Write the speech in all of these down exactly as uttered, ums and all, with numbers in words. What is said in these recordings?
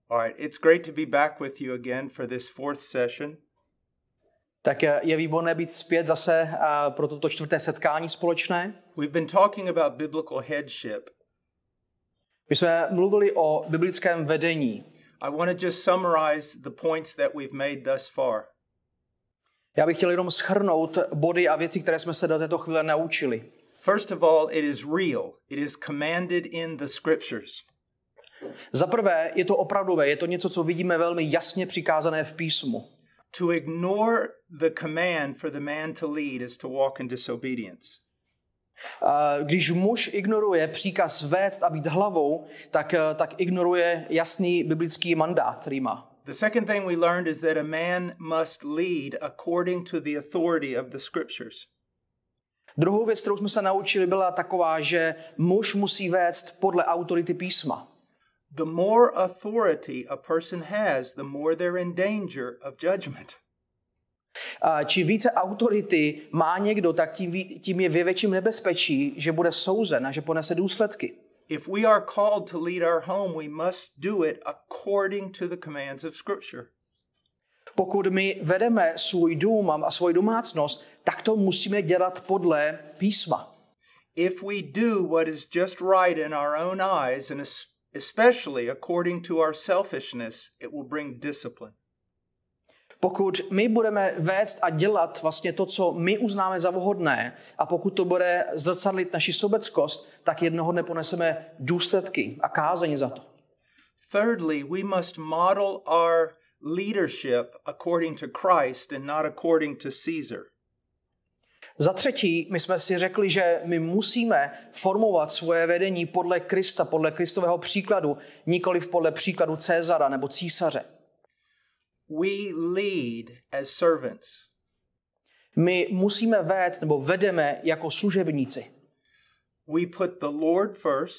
All right, it's great to be back with you again for this fourth session. Tak je výborné být zpět zase uh, pro toto čtvrté setkání společné. We've been talking about biblical headship. My jsme mluvili o biblickém vedení. I want to just summarize the points that we've made thus far. Já bych chtěl jenom shrnout body a věci, které jsme se do této chvíle naučili. First of all, it is real. It is commanded in the scriptures. Za prvé, je to opravdové, je to něco, co vidíme velmi jasně přikázané v písmu. To ignore the command for the man to lead is to walk in disobedience. Když muž ignoruje příkaz vést a být hlavou, tak, tak ignoruje jasný biblický mandát, který má. The second thing we learned is that a man must lead according to the authority of the scriptures. Druhou věc, kterou jsme se naučili, byla taková, že muž musí vést podle autority písma. The more authority a person has, the more they're in danger of judgment. A čím více autority má někdo, tak tím, tím je ve větším nebezpečí, že bude souzen a že ponese důsledky. If we are called to lead our home, we must do it according to the commands of Scripture. Pokud my vedeme svůj dům a svou domácnost, tak to musíme dělat podle písma. If we do what is just right in our own eyes, and especially according to our selfishness, it will bring discipline. Pokud my budeme vést a dělat vlastně to, co my uznáme za vhodné, a pokud to bude zrcadlit naši sobeckost, tak jednoho dne poneseme důsledky a kázeň za to. Thirdly, we must model our leadership according to Christ and not according to Caesar. Za třetí, my jsme si řekli, že my musíme formovat svoje vedení podle Krista, podle Kristového příkladu, nikoliv podle příkladu Cezara nebo císaře. We lead as servants. My musíme vést nebo vedeme jako služebníci. We put the Lord first.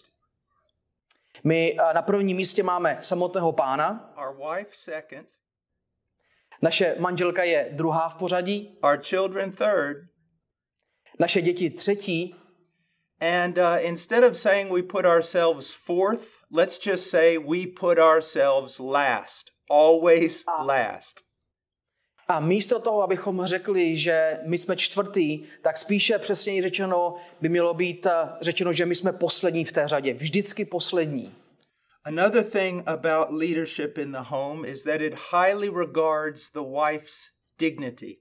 My na prvním místě máme samotného Pána. Our wife second. Naše manželka je druhá v pořadí. Our children third. Naše děti třetí. And uh, instead of saying we put ourselves fourth, let's just say we put ourselves last. Always last. A místo toho, abychom řekli, že my jsme čtvrtý, tak spíše přesněji řečeno by mělo být řečeno, že my jsme poslední v té řadě. Vždycky poslední. Another thing about leadership in the home is that it highly regards the wife's dignity.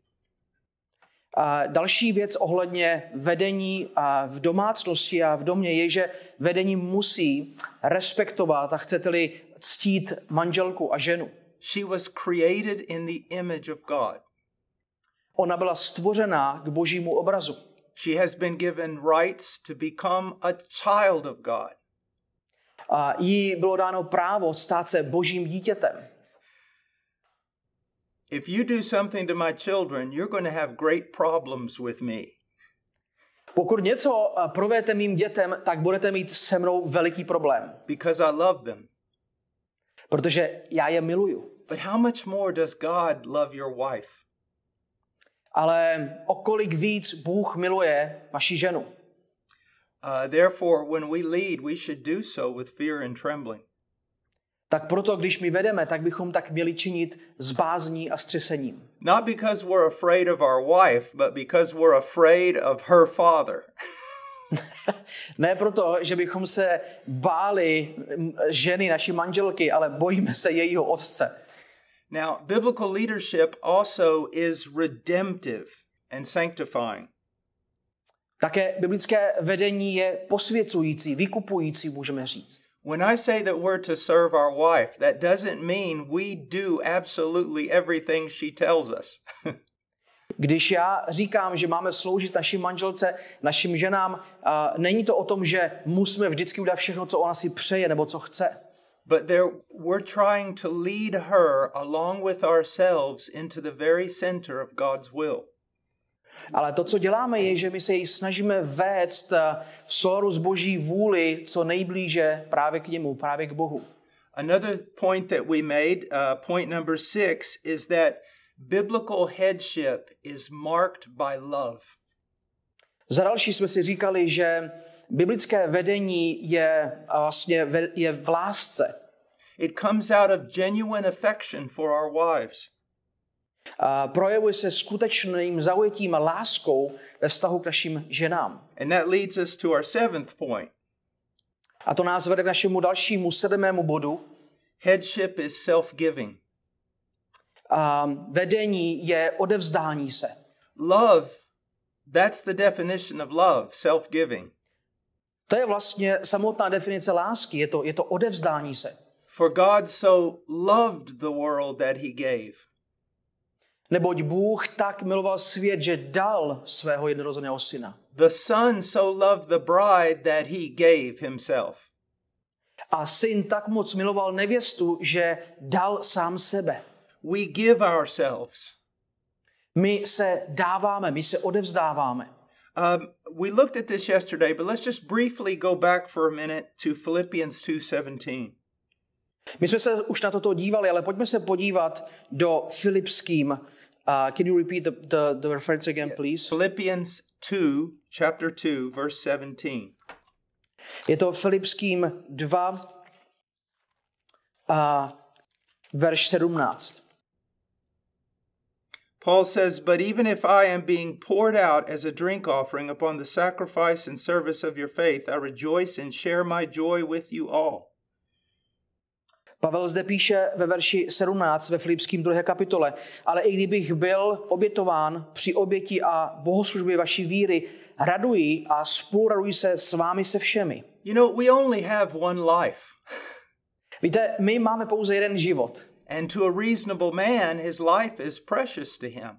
A další věc ohledně vedení v domácnosti a v domě je, že vedení musí respektovat a chcete-li ctít manželku a ženu. She was created in the image of God. Ona byla stvořená k Božímu obrazu. She has been given rights to become a child of God. A jí bylo dáno právo stát se Božím dítětem. If you do something to my children, you're going to have great problems with me. Pokud něco provedete mým dětem, tak budete mít se mnou veliký problém. Because I love them. Protože já je miluju. But how much more does God love your wife? Ale o kolik víc Bůh miluje vaši ženu. Uh, therefore, when we lead, we should do so with fear and trembling. Tak proto, když my vedeme, tak bychom tak měli činit s bázní a střesením. Not because we're afraid of our wife, but because we're afraid of her father. Ne proto, že bychom se báli ženy, naší manželky, ale bojíme se jejího otce. Now, biblical leadership also is redemptive and sanctifying. Také biblické vedení je posvěcující, vykupující, můžeme říct. When I say that we're to serve our wife, that doesn't mean we do absolutely everything she tells us. Když já říkám, že máme sloužit našim manželce, našim ženám, uh, není to o tom, že musíme vždycky udělat všechno, co ona si přeje nebo co chce. But there, we're trying to lead her along with ourselves into the very center of God's will. Ale to, co děláme, je, že my se ji snažíme vést v souladu s Boží vůli co nejblíže právě k němu, právě k Bohu. Another point that we made, uh, point number six, is that biblical headship is marked by love. Za další jsme si říkali, že biblické vedení je vlastně je v lásce. It comes out of genuine affection for our wives. A projevuje se skutečným zaujetím a láskou ve vztahu k našim ženám. And that leads us to our seventh point. A to nás vede k našemu dalšímu sedmému bodu. Headship is self-giving. A vedení je odevzdání se. Love, that's the definition of love, self-giving. To je vlastně samotná definice lásky, je to, je to odevzdání se. For God so loved the world that he gave. Neboť Bůh tak miloval svět, že dal svého jednorozeného syna. The Son so loved the bride that he gave himself. A syn tak moc miloval nevěstu, že dal sám sebe. We give ourselves. My se dáváme, my se odevzdáváme. Um, we looked at this yesterday, but let's just briefly go back for a minute to Philippians two seventeen. My jsme se už na toto dívali, ale pojďme se podívat do Filipským. Uh, can you repeat the, the, the reference again, please? Philippians two, chapter two, verse seventeen. Je to Filipským dva, uh, verš sedmnáct. Paul says, "But even if I am being poured out as a drink offering upon the sacrifice and service of your faith, I rejoice and share my joy with you all." Pavel zde píše ve verši sedmnáct ve Filipským druhé kapitole, ale i kdybych byl obětován při oběti a bohoslužbě vaší víry, raduji a spoluraduji se s vámi se všemi. You know, we only have one life. Víte, my máme pouze jeden život. And to a reasonable man, his life is precious to him.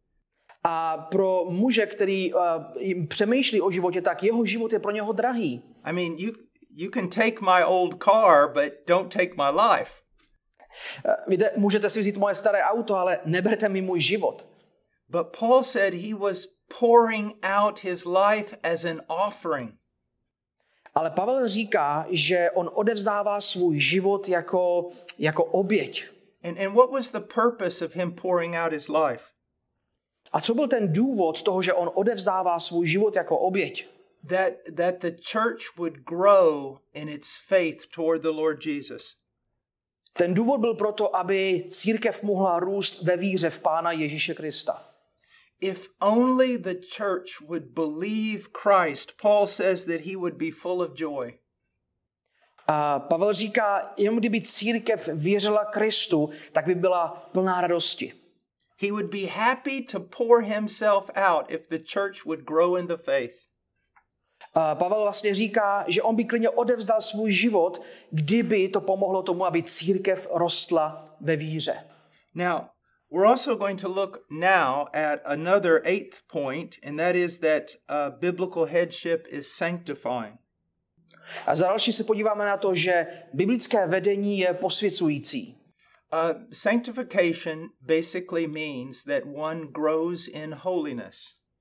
A pro muže, který uh, přemýšlí o životě, tak jeho život je pro něho drahý. I mean, you you can take my old car, but don't take my life. Uh, víte, můžete si vzít moje staré auto, ale neberte mi můj život. But Paul said he was pouring out his life as an offering. Ale Pavel říká, že on odevzdává svůj život jako, jako oběť. And, and what was the purpose of him pouring out his life? A co byl ten důvod toho, že on odevzdává svůj život jako oběť? That, that the church would grow in its faith toward the Lord Jesus. Ten důvod byl proto, aby církev mohla růst ve víře v Pána Ježíše Krista. If only the church would believe Christ, Paul says that he would be full of joy. A Pavel říká, jenom kdyby církev věřila Kristu, tak by byla plná radosti. He would be happy to pour himself out if the church would grow in the faith. A Pavel vlastně říká, že on by klidně odevzdal svůj život, kdyby to pomohlo tomu, aby církev rostla ve víře. Now, we're also going to look now at another eighth point, and that is that uh, biblical headship is sanctifying. A za další se podíváme na to, že biblické vedení je posvěcující. Uh, sanctification basically means that one grows in holiness.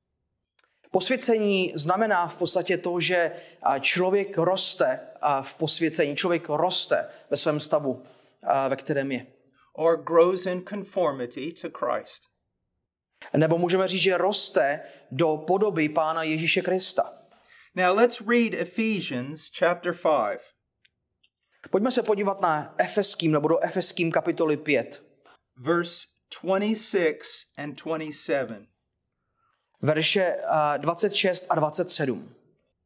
Posvěcení znamená v podstatě to, že člověk roste v posvěcení, člověk roste ve svém stavu, ve kterém je. Or grows in conformity to Christ. Nebo můžeme říct, že roste do podoby Pána Ježíše Krista. Now let's read Ephesians chapter five. Pojďme se podívat na Efeským nebo do Efeským kapitoly pět. Verse twenty-six and twenty-seven. Verše dvacet šest a dvacet sedm.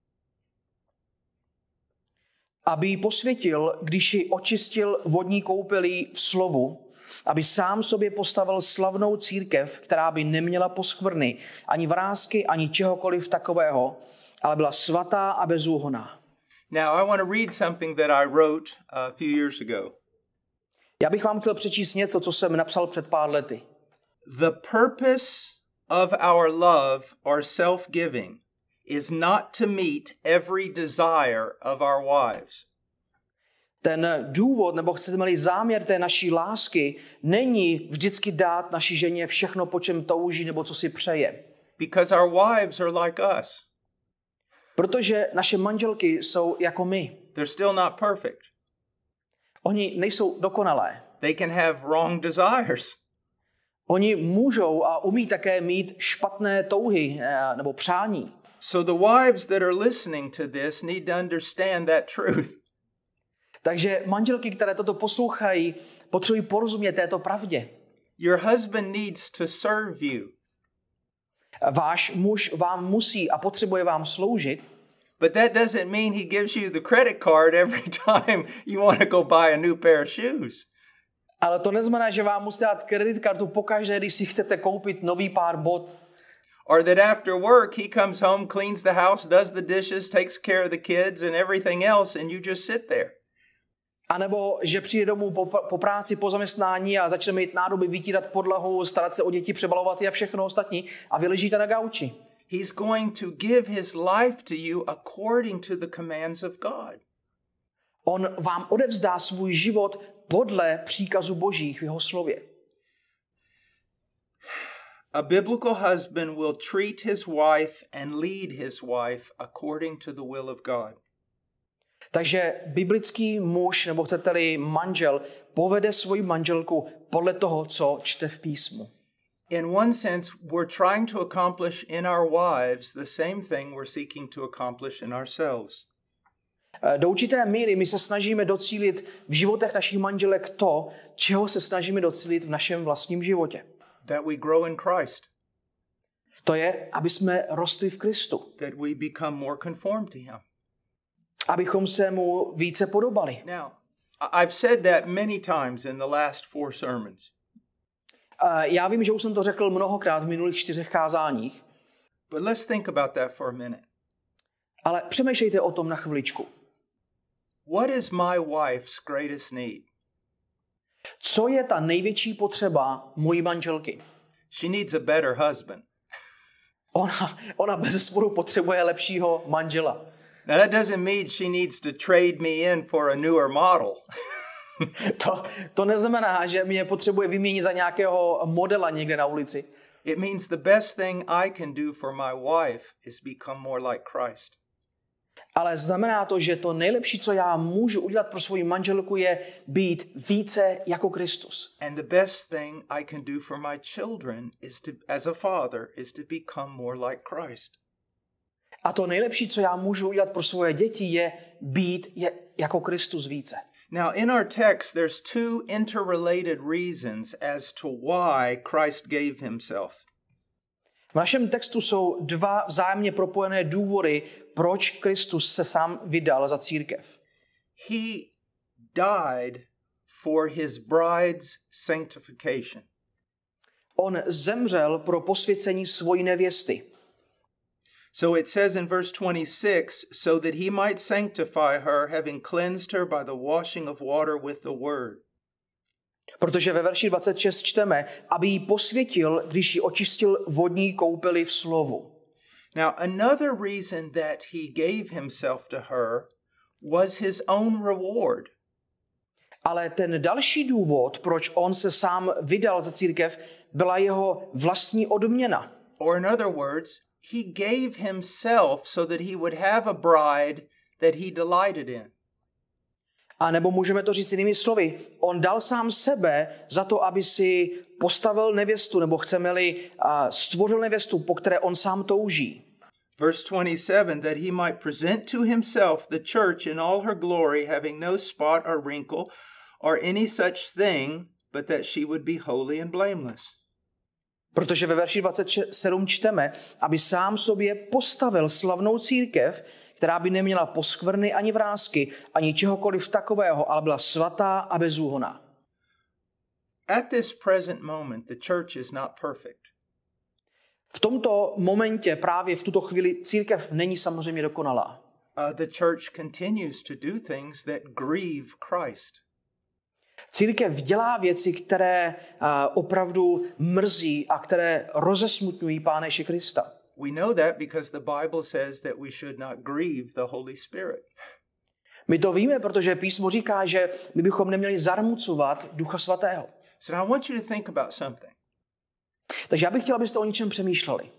Aby ji posvětil, když ji očistil vodní koupelí v slovu, aby sám sobě postavil slavnou církev, která by neměla poskvrny, ani vrásky, ani čehokoliv takového, ale byla svatá a bezúhonná. Now I want to read something that I wrote a few years ago. Já bych vám chtěl přečíst něco, co jsem napsal před pár lety. The purpose of our love or self-giving is not to meet every desire of our wives. Ten důvod, nebo chcete-li záměr té naší lásky, není vždycky dát naší ženě všechno, po čem touží, nebo co si přeje. Because our wives are like us. Protože naše manželky jsou jako my. They're still not perfect. Oni nejsou dokonalé. They can have wrong desires. Oni můžou a umí také mít špatné touhy nebo přání. So the wives that are listening to this need to understand that truth. Takže manželky, které toto poslouchají, potřebují porozumět této pravdě. Your husband needs to serve you. Váš muž vám musí a potřebuje vám sloužit. But that doesn't mean he gives you the credit card every time you want to go buy a new pair of shoes. Ale to neznamená, že vám musí dát kredit kartu pokaždé, když si chcete koupit nový pár bot. Or that after work he comes home, cleans the house, does the dishes, takes care of the kids and everything else and you just sit there. A nebo že přijde domů po, po práci, po zaměstnání a začne mít nádoby, vytírat podlahu, starat se o děti, přebalovat je a všechno ostatní a vy ležíte na gauči. He's going to give his life to you according to the commands of God. On vám odevzdá svůj život podle příkazu Božích v jeho slově. A biblical husband will treat his wife and lead his wife according to the will of God. Takže biblický muž, nebo chcete-li manžel, povede svoji manželku podle toho, co čte v písmu. In one sense, we're trying to accomplish in our wives the same thing we're seeking to accomplish in ourselves. Do určité míry my se snažíme docílit v životech našich manželek to, čeho se snažíme docílit v našem vlastním životě. That we grow in Christ. To je, aby jsme rostli v Kristu. That we become more conformed to him. Abychom se mu více podobali. Now, I've said that many times in the last four sermons. Uh, já vím, že už jsem to řekl mnohokrát v minulých čtyřech kázáních. But let's think about that for a minute. Ale přemýšlejte o tom na chviličku. What is my wife's greatest need? Co je ta největší potřeba mojí manželky? She needs a better husband. Ona, ona bezesporu potřebuje lepšího manžela. Now that doesn't mean she needs to trade me in for a newer model. to, to neznamená, že mě potřebuje vyměnit za nějakého modela někde na ulici. It means the best thing I can do for my wife is become more like Christ. Ale znamená to, že to nejlepší, co já můžu udělat pro svou manželku, je být více jako Kristus. And the best thing I can do for my children is to, as a father, is to become more like Christ. A to nejlepší, co já můžu udělat pro svoje děti, je být je, jako Kristus více. Now, in our text, there's two interrelated reasons as to why Christ gave himself. V našem textu jsou dva vzájemně propojené důvody, proč Kristus se sám vydal za církev. He died for his bride's sanctification. On zemřel pro posvěcení svojí nevěsty. So it says in verse twenty-six, so that he might sanctify her, having cleansed her by the washing of water with the word. Protože ve verši dvacet šest čteme, aby ji posvětil, když ji očistil vodní koupeli v slovu. Now, another reason that he gave himself to her was his own reward. Ale ten další důvod, proč on se sám vydal za církev, byla jeho vlastní odměna. Or in other words, he gave himself so that he would have a bride that he delighted in. A nebo můžeme to říct jinými slovy, on dal sám sebe za to, aby si postavil nevěstu, nebo chceme-li uh, stvořil nevěstu, po které on sám touží. Verse twenty-seven, that he might present to himself the church in all her glory, having no spot or wrinkle or any such thing, but that she would be holy and blameless. Protože ve verši dvacet sedm čteme, aby sám sobě postavil slavnou církev, která by neměla poskvrny ani vrásky, ani čehokoliv takového, ale byla svatá a bezúhonná. At this present moment, the church is not perfect. V tomto momentě, právě v tuto chvíli, církev není samozřejmě dokonalá. Uh, the church continues to do things that grieve Christ. Církev dělá věci, které uh, opravdu mrzí a které rozesmutňují Pána Ježíše Krista. We know that because the Bible says that we should not grieve the Holy Spirit. My to víme, protože písmo říká, že my bychom neměli zarmucovat Ducha Svatého. So now I want you to think about something. Takže já bych chtěl, abyste o něčem přemýšleli.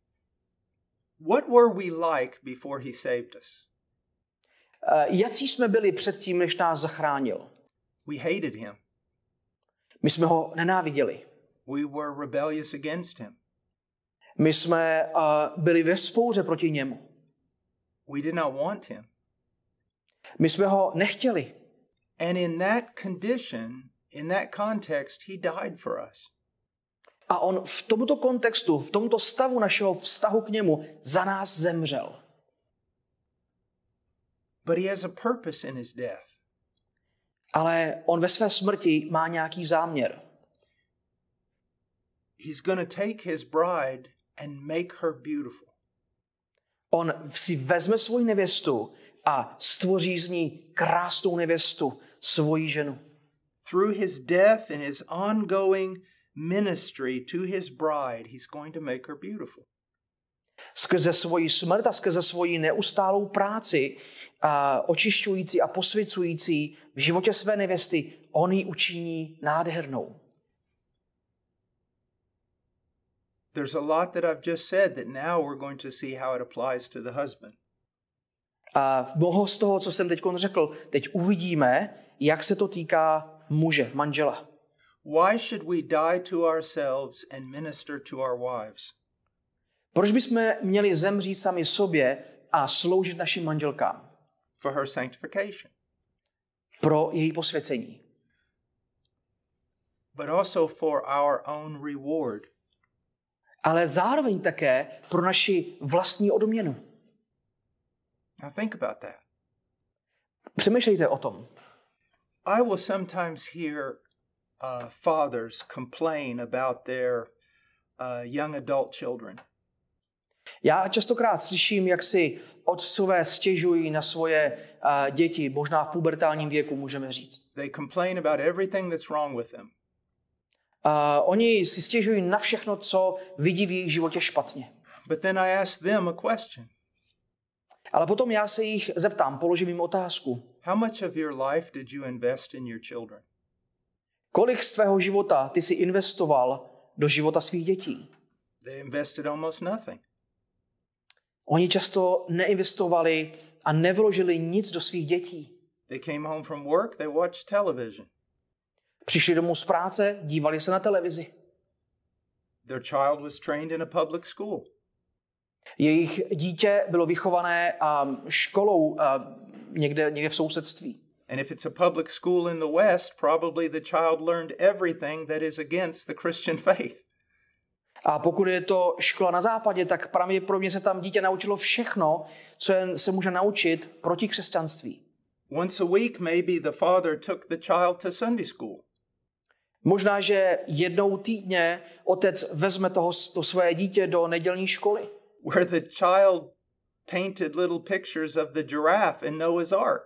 What were we like before he saved us? Uh, jací jsme byli předtím, než nás zachránil? We hated him. My jsme ho nenáviděli. We were rebellious against him. My jsme uh, byli ve vzpouře proti němu. We did not want him. My jsme ho nechtěli. And in that condition, in that context, he died for us. A on v tomto kontextu, v tomto stavu našeho vztahu k němu za nás zemřel. But he has a purpose in his death. Ale on ve své smrti má nějaký záměr. He's going to take his bride and make her beautiful. On si vezme svoji nevěstu a stvoří z ní krásnou nevěstu, svoji ženu. Through his death and his ongoing ministry to his bride, he's going to make her beautiful. Skrze svoji smrt a skrze svoji neustálou práci, a očišťující a posvěcující v životě své nevěsty, on ji učiní nádhernou. There's a lot that I've just said that now we're going to see how it applies to the husband. A mnoho z toho, co jsem teď řekl, teď uvidíme, jak se to týká muže, manžela. Why should we die to ourselves and minister to our wives? Proč bychom měli zemřít sami sobě a sloužit našim manželkám? For her sanctification. Pro její posvěcení. But also for our own reward. Ale zároveň také pro naši vlastní odměnu. Now think about that. Přemýšlejte o tom. I will sometimes hear uh, fathers complain about their uh, young adult children. Já častokrát slyším, jak si otcové stěžují na svoje uh, děti, možná v pubertálním věku, můžeme říct. They complain about everything that's wrong with them. Uh, oni si stěžují na všechno, co vidí v jejich životě špatně. But then I ask them a question. Ale potom já se jich zeptám, položím jim otázku. How much of your life did you invest in your children? Kolik z tvého života ty jsi investoval do života svých dětí? They invested almost nothing. Oni často neinvestovali a nevložili nic do svých dětí. They came home from work, they watched television. Přišli domů z práce, dívali se na televizi. Their child was trained in a public school. Jejich dítě bylo vychované um, školou uh, někde, někde v sousedství. And if it's a public school in the West, probably the child learned everything that is against the Christian faith. A pokud je to škola na západě, tak pravděpodobně se tam dítě naučilo všechno, co jen se může naučit proti křesťanství. Once a week, maybe the father took the child to Sunday school. Možná, že jednou týdně otec vezme toho, to své dítě do nedělní školy. Where the child painted little pictures of the giraffe in Noah's Ark.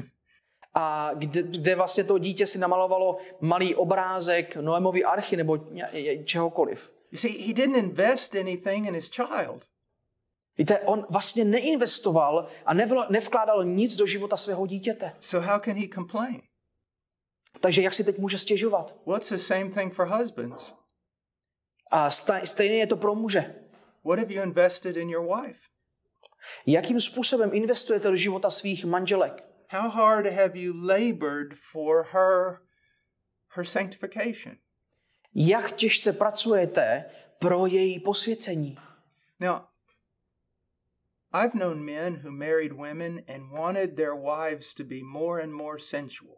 A kde, kde vlastně to dítě si namalovalo malý obrázek Noémovy archy nebo čehokoliv. You see, he didn't invest anything in his child. Víte, on vlastně neinvestoval a nevl, nevkládal nic do života svého dítěte. So how can he complain? Takže jak si teď může stěžovat? What's the same thing for husbands? A stejně je to pro muže. What have you invested in your wife? Jakým způsobem investujete do života svých manželek? How hard have you labored for her, her sanctification? Jak těžce pracujete pro její posvěcení? Now, I've known men who married women and wanted their wives to be more and more sensual.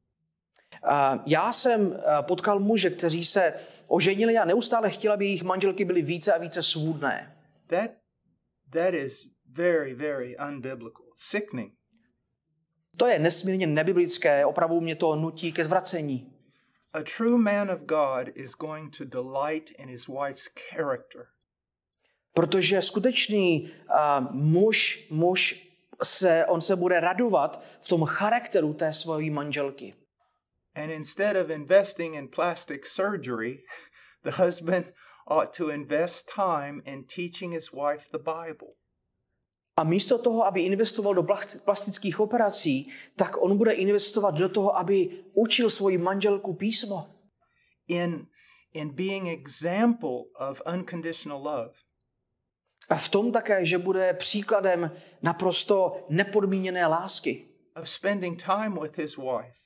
Uh, já jsem uh, potkal muže, kteří se oženili a neustále chtěli, aby jejich manželky byly více a více svůdné. That, that is very, very unbiblical, sickening. To je nesmírně nebiblické, opravdu mě to nutí ke zvracení. A true man of God is going to delight in his wife's character. Protože skutečný uh, muž, muž se, on se bude radovat v tom charakteru té své manželky. And instead of investing in plastic surgery, the husband ought to invest time in teaching his wife the Bible. A místo toho, aby investoval do plastických operací, tak on bude investovat do toho, aby učil svoji manželku písmo. In, in being example of unconditional love. A v tom také, že bude příkladem naprosto nepodmíněné lásky. Of spending time with his wife.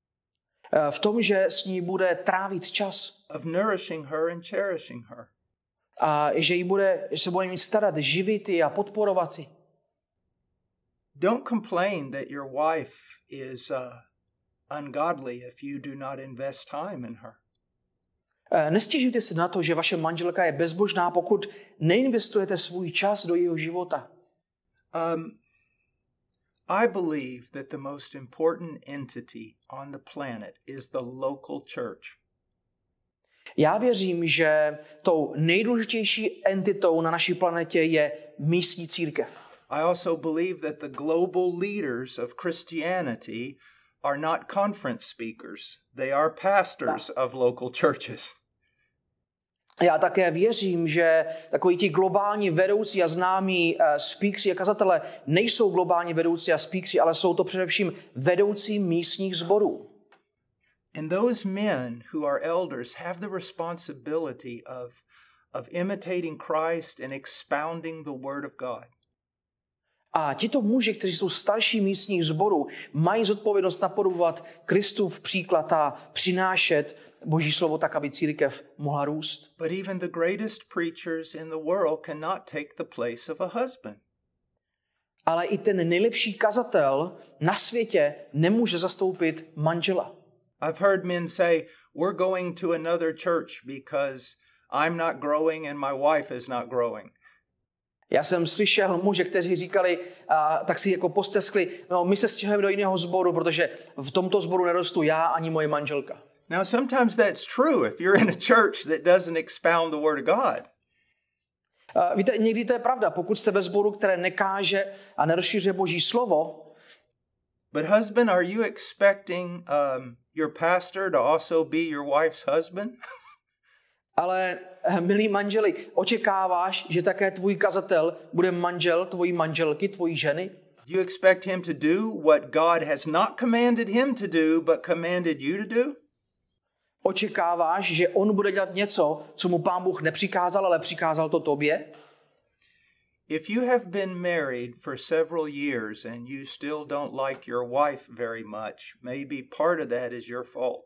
V tom, že s ní bude trávit čas. Of nourishing her and cherishing her. A že, jí bude, že se bude mít starat, živit ji a podporovat ji. Don't complain that your wife is uh, ungodly if you do not invest time in her. Nestěžujte si na to, že vaše manželka je bezbožná, pokud neinvestujete svůj čas do jejího života. Um, I believe that the most important entity on the planet is the local church. Já věřím, že tou nejdůležitější entitou na naší planetě je místní církev. I also believe that the global leaders of Christianity are not conference speakers. They are pastors of local churches. Já také věřím, že takoví ti globální vedoucí a známí uh, speakři a kazatelé nejsou globální vedoucí a speakři, ale jsou to především vedoucí místních sborů. And those men who are elders have the responsibility of, of imitating Christ and expounding the word of God. A tito muži, kteří jsou starší místních sborů, mají zodpovědnost napodobovat Kristův příklad a přinášet Boží slovo tak, aby církev mohla růst. But even the greatest preachers in the world cannot take the place of a husband. Ale i ten nejlepší kazatel na světě nemůže zastoupit manžela. I've heard men say, we're going to another church because I'm not growing and my wife is not growing. Já jsem slyšel muže, kteří říkali, a, tak si jako posteskli, no my se stěhujeme do jiného sboru, protože v tomto sboru nerostu já ani moje manželka. Now sometimes that's true if you're in a church that doesn't expound the word of God. A, víte, někdy to je pravda, pokud jste ve sboru, které nekáže a nerozšiřuje Boží slovo. But husband, are you expecting um, your pastor to also be your wife's husband? Ale, milí manželi, očekáváš, že také tvůj kazatel bude manžel tvojí manželky, tvojí ženy? Do you expect him to do what God has not commanded him to do, but commanded you to do? Očekáváš, že on bude dělat něco, co mu Pán Bůh nepřikázal, ale přikázal to tobě? If you have been married for several years and you still don't like your wife very much, maybe part of that is your fault.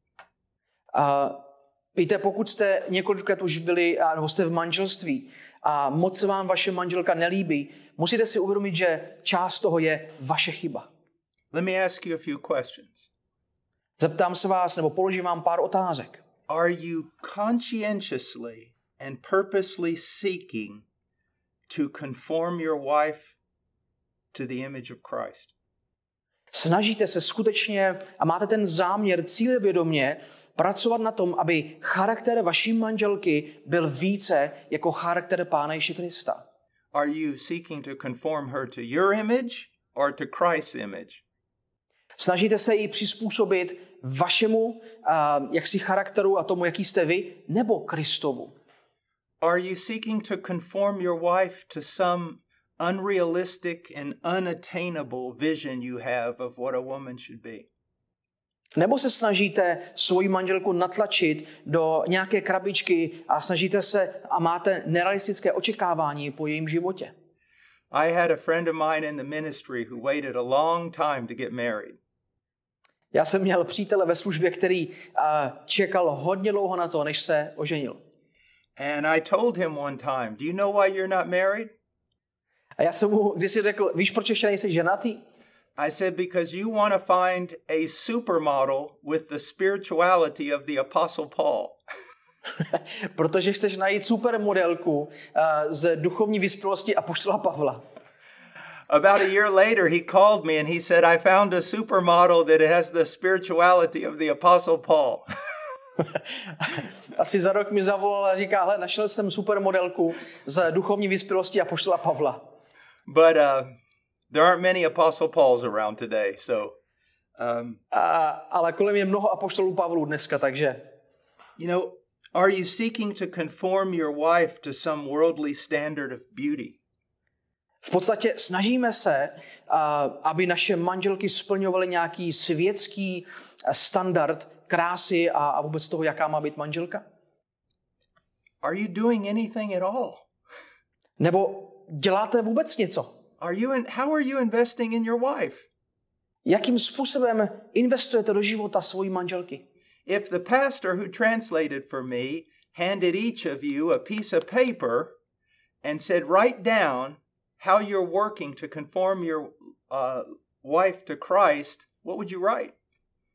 A víte, pokud jste několik let už byli, nebo jste v manželství a moc se vám vaše manželka nelíbí, musíte si uvědomit, že část toho je vaše chyba. Let me ask you a few questions. Zeptám se vás, nebo položím vám pár otázek. Are you conscientiously and purposely seeking to conform your wife to the image of Christ? Snažíte se skutečně a máte ten záměr cílevědomě pracovat na tom, aby charakter vaší manželky byl více jako charakter Pána Ježíše Krista. Are you seeking to conform her to your image or to Christ's image? Snažíte se jí přizpůsobit vašemu uh, jaksi charakteru a tomu, jaký jste vy, nebo Kristovu? Are you seeking to conform your wife to some unrealistic and unattainable vision you have of what a woman should be? Nebo se snažíte svoji manželku natlačit do nějaké krabičky a snažíte se a máte nerealistické očekávání po jejím životě? I had a friend of mine in the ministry who waited a long time to get married. Já jsem měl přítele ve službě, který uh, čekal hodně dlouho na to, než se oženil. And I told him one time, do you know why you're not married? A já jsem mu kdysi řekl, víš, proč ještě nejsi ženatý? I said, because you want to find a supermodel with the spirituality of the Apostle Paul. Protože chceš najít supermodelku uh, z duchovní vyspělosti apoštola Pavla. About a year later, he called me and he said, I found a supermodel that has the spirituality of the Apostle Paul. Asi za rok mi zavolal a říká, hele, našel jsem supermodelku z duchovní vyspělosti apoštola Pavla. But uh, there aren't many Apostle Pauls around today, so... Um, a, ale kolem je mnoho apoštolů Pavlů dneska, takže... You know, are you seeking to conform your wife to some worldly standard of beauty? V podstatě snažíme se, uh, aby naše manželky splňovaly nějaký světský standard krásy a, a vůbec toho, jaká má být manželka? Are you doing anything at all? Nebo děláte vůbec něco? Are you in, how are you investing in your wife? Jakým způsobem investujete do života svojí manželky? If the pastor who translated for me handed each of you a piece of paper and said, write down how you're working to conform your uh, wife to Christ, what would you write?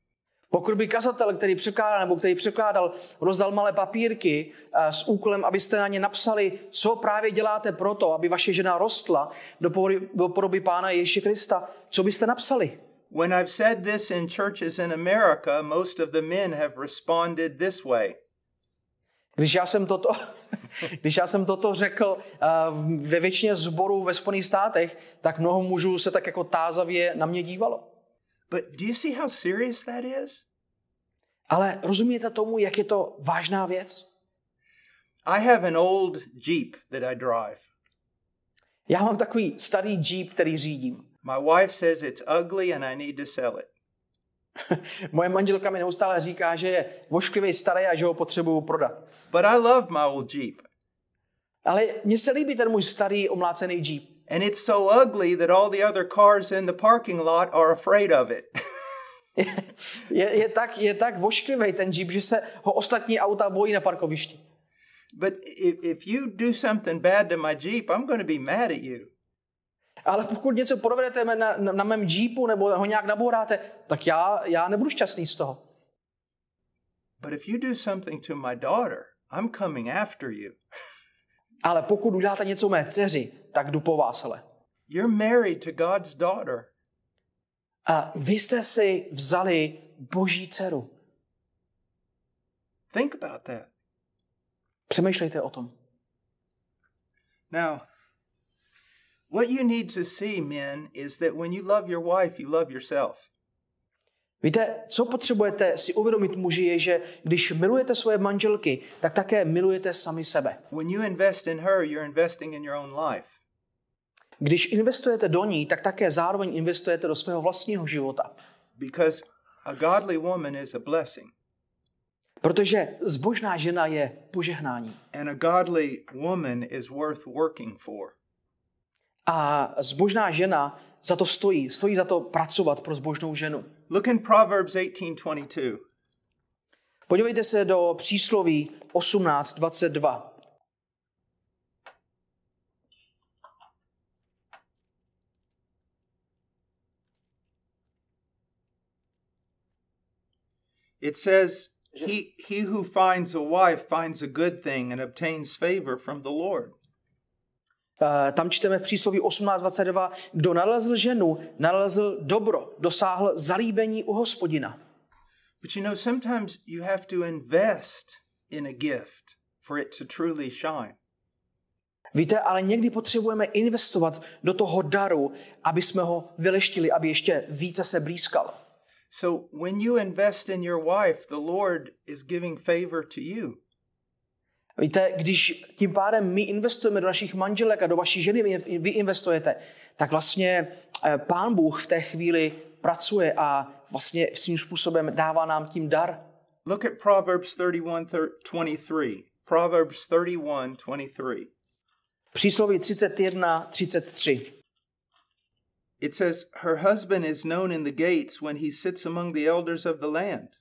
Pokud by kazatel, který překládal nebo který překládal, rozdal malé papírky s úkolem, abyste na ně napsali, co právě děláte proto, aby vaše žena rostla do podoby, do podoby Pána Ježíše Krista, co byste napsali? When I've said this in churches in America, most of the men have responded this way. Když já jsem toto, když já jsem toto řekl uh, ve většině sborů ve Spojených státech, tak mnoho mužů se tak jako tázavě na mě dívalo. But do you see how serious that is? Ale rozumíte tomu, jak je to vážná věc? I have an old Jeep that I drive. Já mám takový starý Jeep, který řídím. My wife says it's ugly and I need to sell it. Moje manželka mi neustále říká, že je vošklivý starý a že ho potřebuju prodat. But I love my old Jeep. Ale mně se líbí ten můj starý omlácený Jeep. And it's so ugly that all the other cars in the parking lot are afraid of it. je, je, tak, je tak vošklivý ten Jeep, že se ho ostatní auta bojí na parkovišti. But if, if you do something bad to my Jeep, I'm going to be mad at you. Ale pokud něco provedete na, na, na mém Jeepu nebo ho nějak nabouráte, tak já, já nebudu šťastný z toho. But if you do something to my daughter, I'm coming after you. Ale pokud uděláte něco mé dceři, tak jdu po vás, ale. You're married to God's daughter. A vy jste si vzali Boží dceru. Think about that. Přemýšlejte o tom. Now, what you need to see, men, is that when you love your wife, you love yourself. Víte, co potřebujete si uvědomit, muži, je, že když milujete svoje manželky, tak také milujete sami sebe. When you invest in her, you're investing in your own life. Když investujete do ní, tak také zároveň investujete do svého vlastního života. Because a godly woman is a blessing. Protože zbožná žena je požehnání. And a godly woman is worth working for. A zbožná žena za to stojí. Stojí za to pracovat pro zbožnou ženu. Look in Proverbs eighteen twenty-two. Podívejte se do přísloví osmnáct dvacet dva. It says, he, he who finds a wife finds a good thing and obtains favor from the Lord. Uh, tam čteme v přísloví osmnáct dvacet dva, kdo nalezl ženu, nalezl dobro, dosáhl zalíbení u Hospodina. But you know, sometimes you have to invest in a gift for it to truly shine. Víte, ale někdy potřebujeme investovat do toho daru, aby jsme ho vyleštili, aby ještě více se blízkal. So when you invest in your wife, the Lord is giving favor to you. Víte, když tím pádem my investujeme do našich manželek a do vaší ženy, vy investujete, tak vlastně Pán Bůh v té chvíli pracuje a vlastně svým způsobem dává nám tím dar. Look at Proverbs thirty-one twenty-three. Proverbs thirty-one twenty-three. Přísloví třicet jedna třicet tři. It says, her husband is known in the gates when he sits among the elders of the land.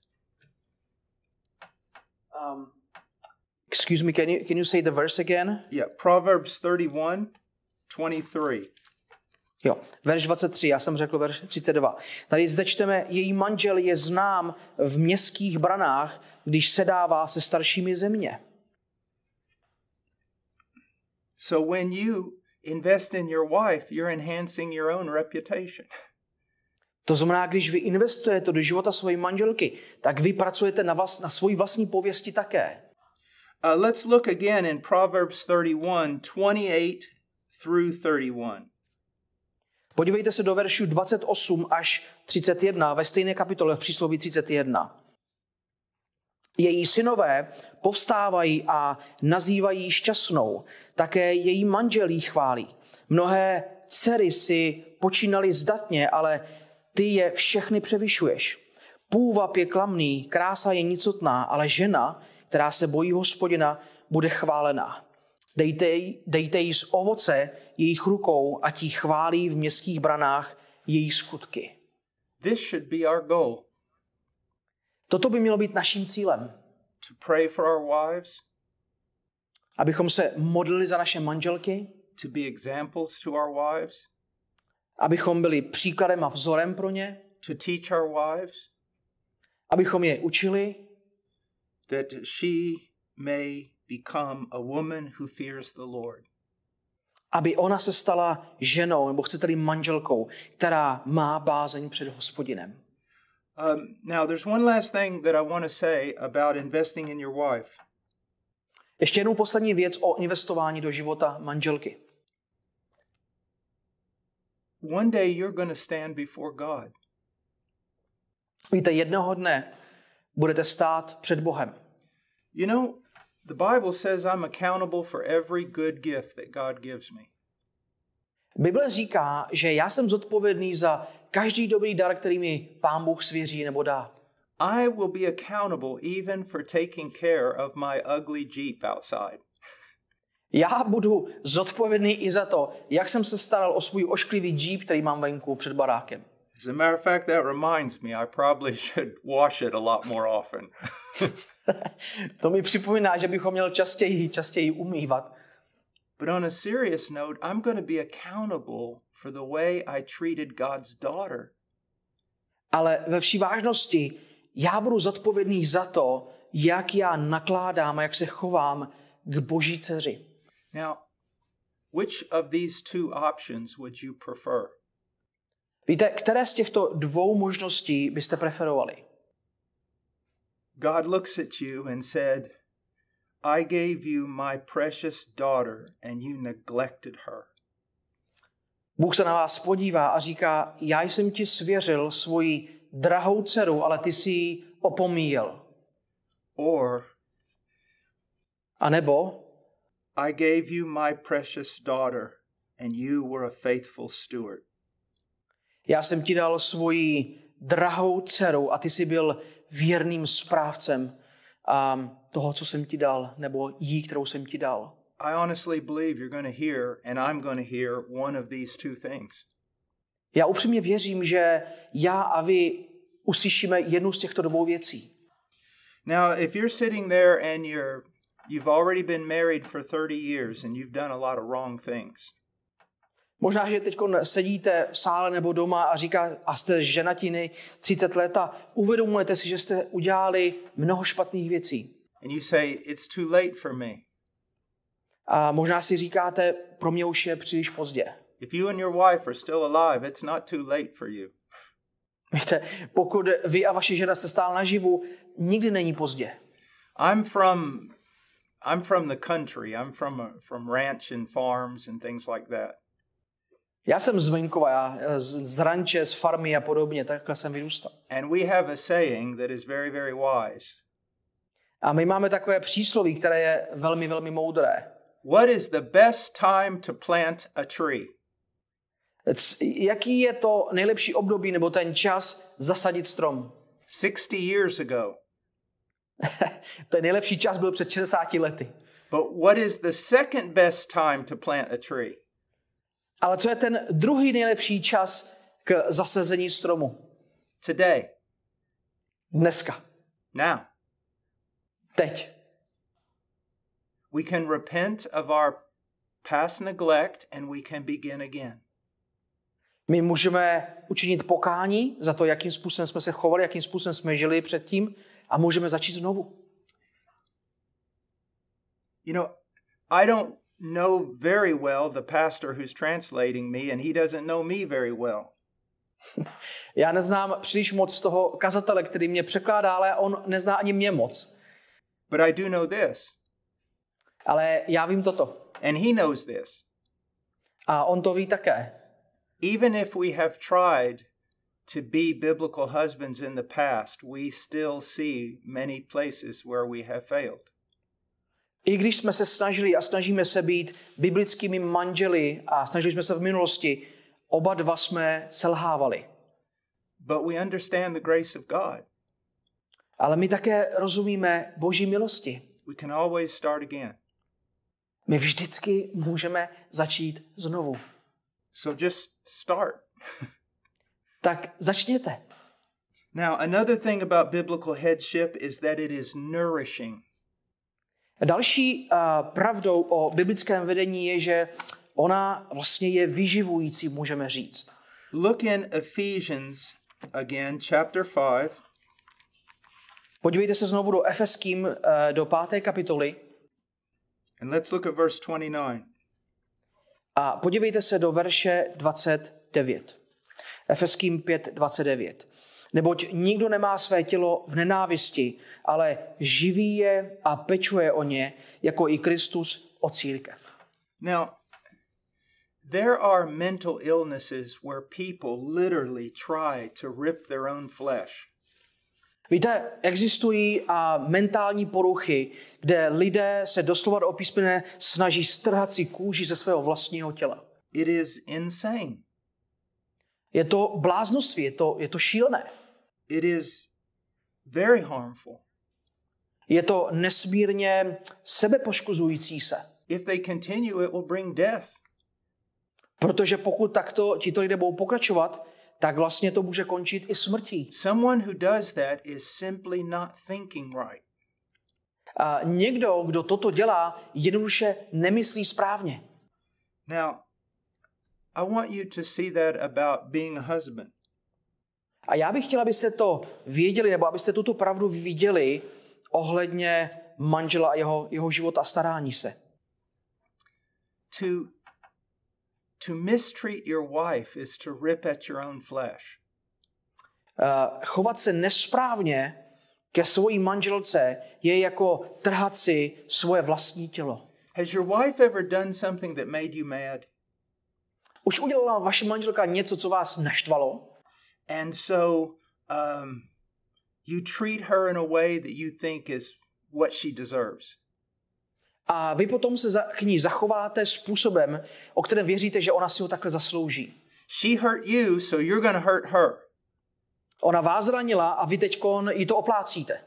Um, excuse me, can you, can you say the verse again? Yeah, Proverbs thirty-one twenty-three. Jo, verš dvacet tři, já jsem řekl verš třicet dva. Tady zde čteme, její manžel je znám v městských branách, když sedává se staršími země. So when you invest in your wife, you're enhancing your own reputation. To znamená, když vy investujete do života své manželky, tak vy pracujete na, vlast, na svoji vlastní pověsti také. Uh, let's look again in Proverbs thirty-one twenty-eight through thirty-one. Podívejte se do veršů dvacet osm až třicet jedna ve stejné kapitole v přísloví třicet jedna. Její synové povstávají a nazývají ji šťastnou. Také její manžel jí chválí. Mnohé dcery si počínaly zdatně, ale ty je všechny převyšuješ. Půvab je klamný, krása je nicotná, ale žena, která se bojí Hospodina, bude chválená. Dejte jí, dejte jí z ovoce jejich rukou, ať jí chválí v městských branách její skutky. This should be our goal. Toto by mělo být naším cílem. To pray for our wives. Abychom se modlili za naše manželky. To be examples to our wives. Abychom byli příkladem a vzorem pro ně. To teach our wives. Abychom je učili, that she may become a woman who fears the Lord. Aby ona se stala ženou, nebo chcete-li manželkou, která má bázeň před Hospodinem. Um, now, there's one last thing that I want to say about investing in your wife. Ještě jednou poslední věc o investování do života manželky. One day you're going to stand before God. Víte, jednoho dne budete stát před Bohem. You know, the Bible says I'm accountable for every good gift that God gives me. Bible říká, že já jsem zodpovědný za každý dobrý dar, který mi Pán Bůh svěří nebo dá. I will be accountable even for taking care of my ugly Jeep outside. Já budu zodpovědný i za to, jak jsem se staral o svůj ošklivý Jeep, který mám venku před barákem. As a matter of fact, that reminds me, I probably should wash it a lot more often. To mi připomíná, že bychom měli častěji, častěji umývat. But on a serious note, I'm going to be accountable for the way I treated God's daughter. Ale ve vší vážnosti, já budu zodpovědný za to, jak já nakládám a jak se chovám k Boží dceři. Now, which of these two options would you prefer? Víte, které z těchto dvou možností byste preferovali? God looks at you and said, I gave you my precious daughter and you neglected her. Bůh se na vás podívá a říká, já jsem ti svěřil svoji drahou dceru, ale ty jsi ji opomíjel. Or, a nebo, I gave you my precious daughter and you were a faithful steward. Já jsem ti dal svoji drahou dceru a ty jsi byl věrným správcem um, toho, co jsem ti dal, nebo jí, kterou jsem ti dal. I honestly believe you're going to hear, and I'm going to hear, one of these two things. Já upřímně věřím, že já a vy uslyšíme jednu z těchto dvou věcí. Now, if you're sitting there and you're, you've already been married for thirty years and you've done a lot of wrong things. Možná, že teď sedíte v sále nebo doma a říká, a jste ženatiny třicet let a uvědomujete si, že jste udělali mnoho špatných věcí. And you say, it's too late for me. A možná si říkáte, pro mě už je příliš pozdě. If you and your wife are still alive, it's not too late for you. Víte, pokud vy a vaše žena jste stále naživu, nikdy není pozdě. I'm from, I'm from the country. I'm from, a, from ranch and farms and things like that. Já jsem z venkova, já z, z ranče, z farmy a podobně, takhle jsem vyrůstal. And we have a saying that is very, very wise. A my máme takové přísloví, které je velmi, velmi moudré. What is the best time to plant a tree? Jaký je to nejlepší období nebo ten čas zasadit strom? sixty years ago. Ten nejlepší čas byl před šedesáti lety. But what is the second best time to plant a tree? Ale co je ten druhý nejlepší čas k zasazení stromu? Today. Dneska. Now. Teď. We can repent of our past neglect and we can begin again. My můžeme učinit pokání za to, jakým způsobem jsme se chovali, jakým způsobem jsme žili předtím a můžeme začít znovu. You know, I don't know very well the pastor who's translating me and he doesn't know me very well. Já neznám příliš moc toho kazatele, který mě překládá, ale on nezná ani mě moc. But I do know this. Ale já vím toto. And he knows this. A on to ví také. Even if we have tried to be biblical husbands in the past, we still see many places where we have failed. I když jsme se snažili a snažíme se být biblickými manželi a snažili jsme se v minulosti, oba dva jsme selhávali. But we understand the grace of God. Ale my také rozumíme Boží milosti. We can always start again. My vždycky můžeme začít znovu. So just start. Tak začněte. Now, another thing about biblical headship is that it is nourishing. Další uh, pravdou o biblickém vedení je, že ona vlastně je vyživující, můžeme říct. Look in Ephesians again, chapter five. Podívejte se znovu do Efeským, do páté kapitoly. And let's look at verse twenty-nine. A podívejte se do verše dvacet devět. Efeským pět dvacet devět. Neboť nikdo nemá své tělo v nenávisti, ale živí je a pečuje o ně, jako i Kristus o církev. Now, there are mental illnesses where people literally try to rip their own flesh. Víte, existují a mentální poruchy, kde lidé se doslova do písmene snaží strhat si kůži ze svého vlastního těla. It is insane. Je to bláznoství, je to, je to šílené. It is very harmful. Je to nesmírně sebepoškozující se. If they continue, it will bring death. Protože pokud takto tito lidé budou pokračovat, tak vlastně to může končit i smrtí. Someone who does that is simply not thinking right. A někdo, kdo toto dělá, jednoduše nemyslí správně. Now, I want you to see that about being a husband. A já bych chtěla, abyste to věděli, nebo abyste tuto pravdu viděli ohledně manžela a jeho, jeho života a starání se. To, to mistreat your wife is to rip at your own flesh. Uh, chovat se nesprávně ke svojí manželce je jako trhat si svoje vlastní tělo. Has your wife ever done something that made you mad? Už udělala vaše manželka něco, co vás naštvalo? And so um, you treat her in a way that you think is what she deserves. A vy potom se za, k ní zachováte způsobem, o kterém věříte, že ona si ho takhle zaslouží. She hurt you, so you're going to hurt her. Ona vás zranila a vy teďkon jí to oplácíte.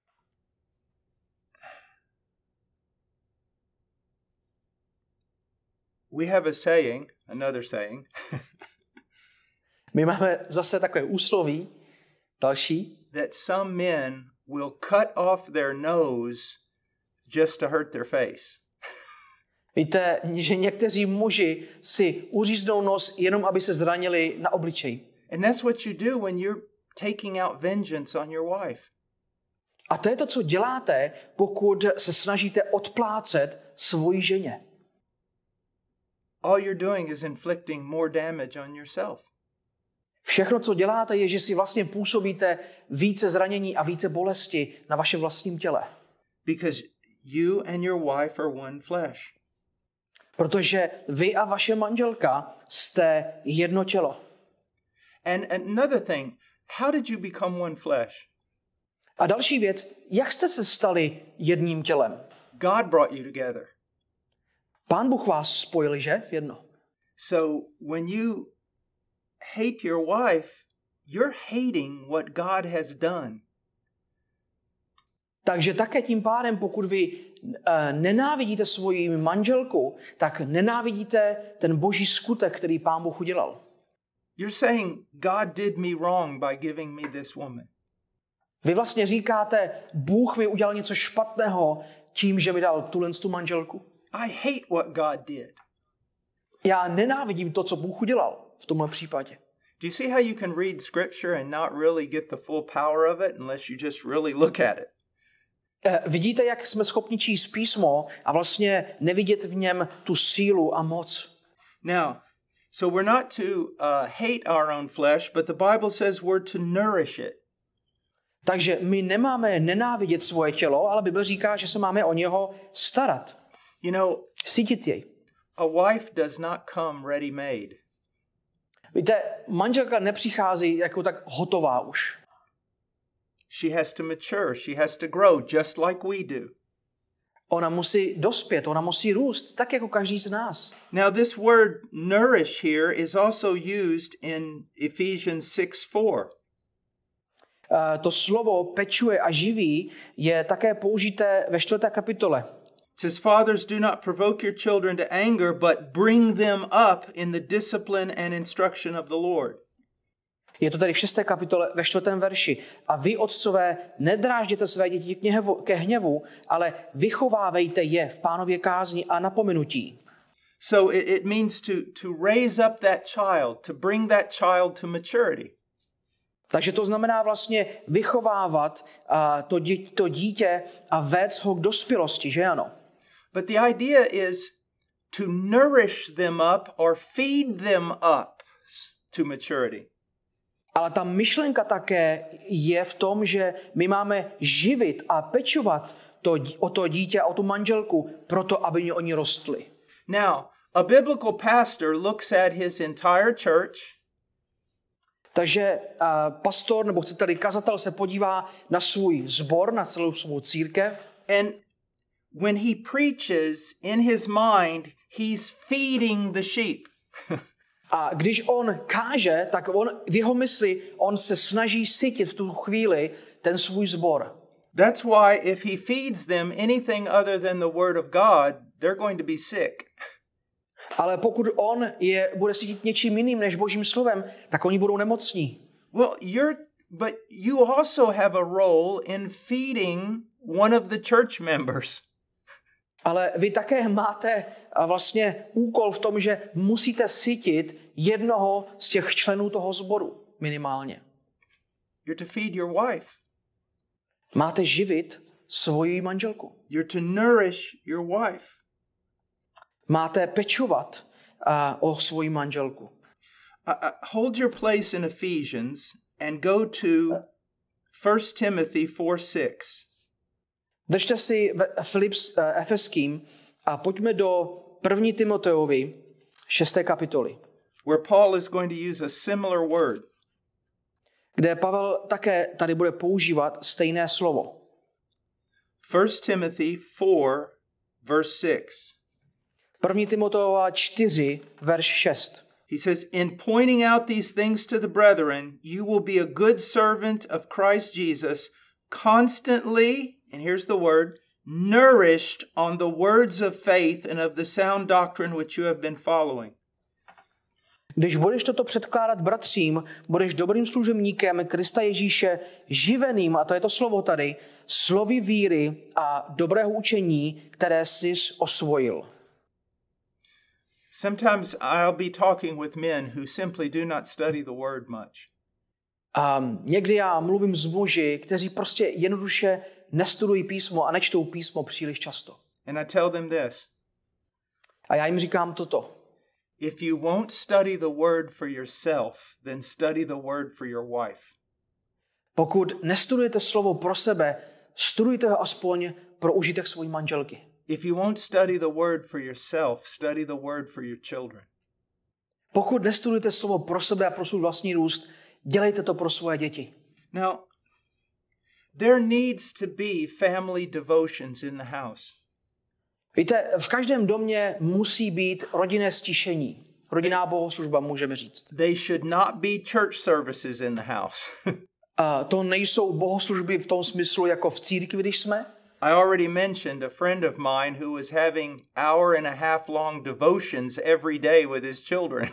We have a saying, another saying. My máme zase takové úsloví, další, that some men will cut off their nose just to hurt their face. Víte, že někteří muži si uříznou nos jenom, aby se zranili na obličeji. And that's what you do when you're taking out vengeance on your wife. A to je to, co děláte, pokud se snažíte odplácet svoji ženě. All you're doing is inflicting more damage on yourself. Všechno, co děláte, je, že si vlastně působíte více zranění a více bolesti na vašem vlastním těle. Because you and your wife are one flesh. Protože vy a vaše manželka jste jedno tělo. And another thing, how did you become one flesh? A další věc, jak jste se stali jedním tělem? God brought you together. Pán Bůh vás spojil, že? V jedno. So when you hate your wife, you're hating what God has done. Takže také tím pádem, pokud vy uh, nenávidíte svoji manželku, tak nenávidíte ten boží skutek, který Pán Bůh udělal. You're saying God did me wrong by giving me this woman. Vy vlastně říkáte, Bůh mi udělal něco špatného tím, že mi dal tuhle tu manželku. I hate what God did. Já nenávidím to, co Bůh udělal v tomhle případě. Do you see how you can read scripture and not really get the full power of it unless you just really look at it? Vidíte, jak jsme schopni číst písmo a vlastně nevidět v něm tu sílu a moc. Now, so we're not to uh, hate our own flesh, but the Bible says we're to nourish it. Takže my nemáme nenávidět svoje tělo, ale Bible říká, že se máme o něho starat. You know, Sítit jej. a wife does not come ready-made. Víte, manželka nepřichází jako tak hotová už. She has to mature, she has to grow, just like we do. Ona musí dospět, ona musí růst, tak jako každý z nás. Now this word nourish here is also used in Ephesians six four. Uh, to slovo pečuje a živí je také použité ve čtvrté kapitole. It says, fathers, do not provoke your children to anger, but bring them up in the discipline and instruction of the Lord. Je to tady v šesté kapitole ve čtvrtém verši. A vy, otcové, nedrážděte své děti k hněvu, ke hněvu, ale vychovávejte je v Pánově kázni a napomenutí. So it, it means to, to raise up that child, to bring that child to maturity. Takže to znamená vlastně vychovávat uh, to, dě, to dítě a vést ho k dospělosti, že ano? But the idea is to nourish them up or feed them up to maturity. Ale ta myšlenka také je v tom, že my máme živit a pečovat to, o to dítě a o tu manželku, proto aby oni rostli. Now, a biblical pastor looks at his entire church. Takže uh, pastor, nebo chcete-li kazatel, se podívá na svůj sbor, na celou svou církev. And when he preaches, in his mind, he's feeding the sheep. A když on káže, tak on v jeho mysli, on se snaží sytit v tu chvíli ten svůj sbor. That's why if he feeds them anything other than the word of God, they're going to be sick. Ale pokud on je bude sytit něčím jiným než Božím slovem, tak oni budou nemocní. Well, you're but you also have a role in feeding one of the church members. Ale vy také máte vlastně úkol v tom, že musíte sytit jednoho z těch členů toho sboru minimálně. You're to feed your wife. Máte živit svoji manželku. You're to nourish your wife. Máte pečovat uh, o svoji manželku. Uh, uh, hold your place in Ephesians and go to First Timothy four six. Držte si Filips uh, Efeským a pojďme do první Timoteovi šesté kapitoly. Where Paul is going to use a similar word. Kde Pavel také tady bude používat stejné slovo. First Timothy four verse six. první Timoteova čtyři verš šest. He says, in pointing out these things to the brethren, you will be a good servant of Christ Jesus, constantly, and here's the word, nourished on the words of faith and of the sound doctrine which you have been following. Když budeš toto předkládat bratřím, budeš dobrým služebníkem Krista Ježíše, živeným, a to je to slovo tady, slovy víry a dobrého učení, které jsi osvojil. Sometimes I'll be talking with men who simply do not study the word much. Um, někdy já mluvím s muži, kteří prostě jednoduše nestudují písmo a nečtou písmo příliš často. And I tell them this. A já jim říkám toto. If you won't study the word for yourself, then study the word for your wife. Pokud nestudujete slovo pro sebe, studujte ho aspoň pro užitek své manželky. If you won't study the word for yourself, study the word for your children. Pokud nestudujete slovo pro sebe a pro svůj vlastní růst, dělejte to pro svoje děti. Now, there needs to be family devotions in the house. Víte, v každém domě musí být rodinné stišení. Rodinná bohoslužba, můžeme říct. They should not be church services in the house. A to nejsou bohoslužby v tom smyslu, jako v církvi, když jsme. I already mentioned a friend of mine who was having hour and a half long devotions every day with his children.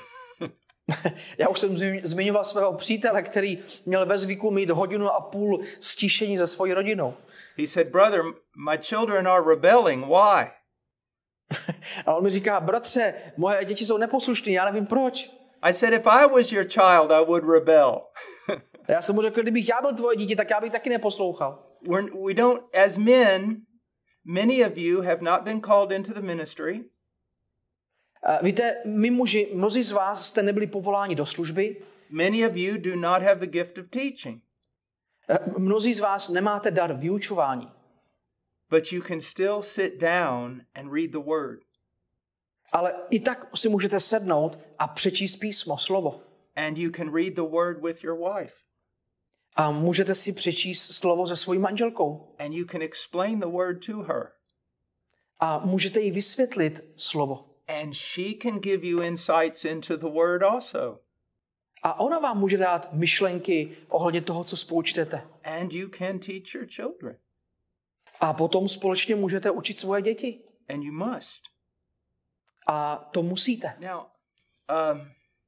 Já už jsem zmiňoval svého přítele, který měl ve zvyku mít hodinu a půl stišení se svojí rodinou. He said, brother, my children are rebelling. Why? A on mi říká, bratře, moje děti jsou neposlušní, já nevím proč. I said, if I was your child, I would rebel. Já jsem mu řekl, kdybych já byl tvoje dítě, tak já bych taky neposlouchal. We're, we don't, as men, many of you have not been called into the ministry. Uh, víte, my muži, mnozí z vás jste nebyli povoláni do služby. Many of you do not have the gift of teaching. Uh, mnozí z vás nemáte dar vyučování. But you can still sit down and read the word. Ale i tak si můžete sednout a přečíst písmo, slovo. And you can read the word with your wife. A můžete si přečíst slovo se svojí manželkou. And you can explain the word to her. A můžete jí vysvětlit slovo. And she can give you insights into the word also. A ona vám může dát myšlenky ohledně toho, co spolu čtete. And you can teach your children. A potom společně můžete učit svoje děti. And you must. A to musíte. Now, um,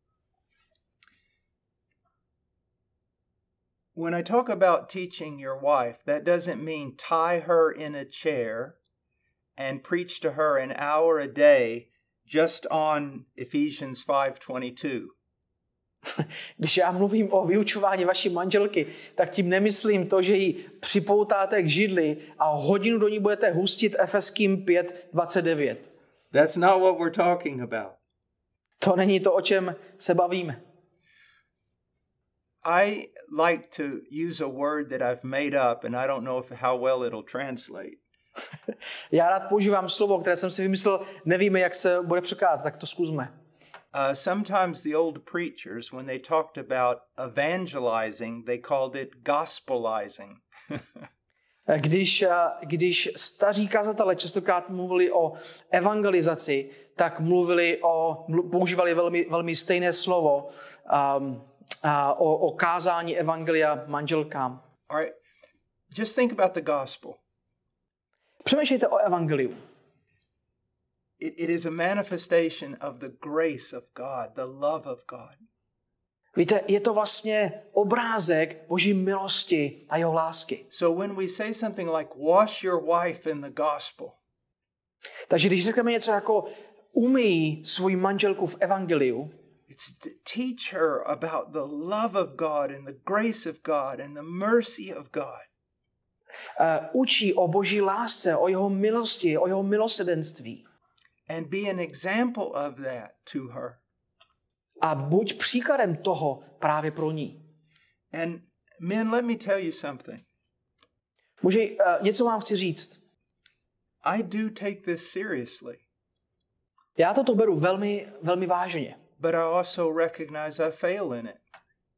when I talk about teaching your wife, that doesn't mean tie her in a chair and preach to her an hour a day just on Ephesians five twenty-two. Když já mluvím o vyučování vaší manželky, tak tím nemyslím to, že ji připoutáte k židli a hodinu do ní budete hustit Efeským pět dvacet devět. That's not what we're talking about. To není to, o čem se bavíme. I like to use a word that I've made up, and I don't know if how well it'll translate. Já rád používám slovo, které jsem si vymyslel, nevíme, jak se bude překládat, tak to zkusme. Uh, sometimes the old preachers, when they talked about evangelizing, they called it gospelizing. Když, když staří kazatelé častokrát mluvili o evangelizaci, tak mluvili o, používali velmi, velmi stejné slovo um, a, o, o kázání evangelia manželkám. All right, just think about the gospel. Přemýšlejte o evangeliu. It, it is a manifestation of the grace of God, the love of God. Víte, je to vlastně obrázek Boží milosti a jeho lásky. So when we say something like wash your wife in the gospel, Takže když řekneme něco jako umyj svou manželku v evangeliu, it's to teach her about the love of God and the grace of God and the mercy of God. Uh, učí o Boží lásce, o jeho milosti, o jeho milosrdenství. And be an example of that to her. A buď příkladem toho právě pro ní. And men, let me tell you something. Muži, uh, něco vám chci říct. I do take this seriously. Já toto beru velmi, velmi vážně. But I also recognize I fail in it.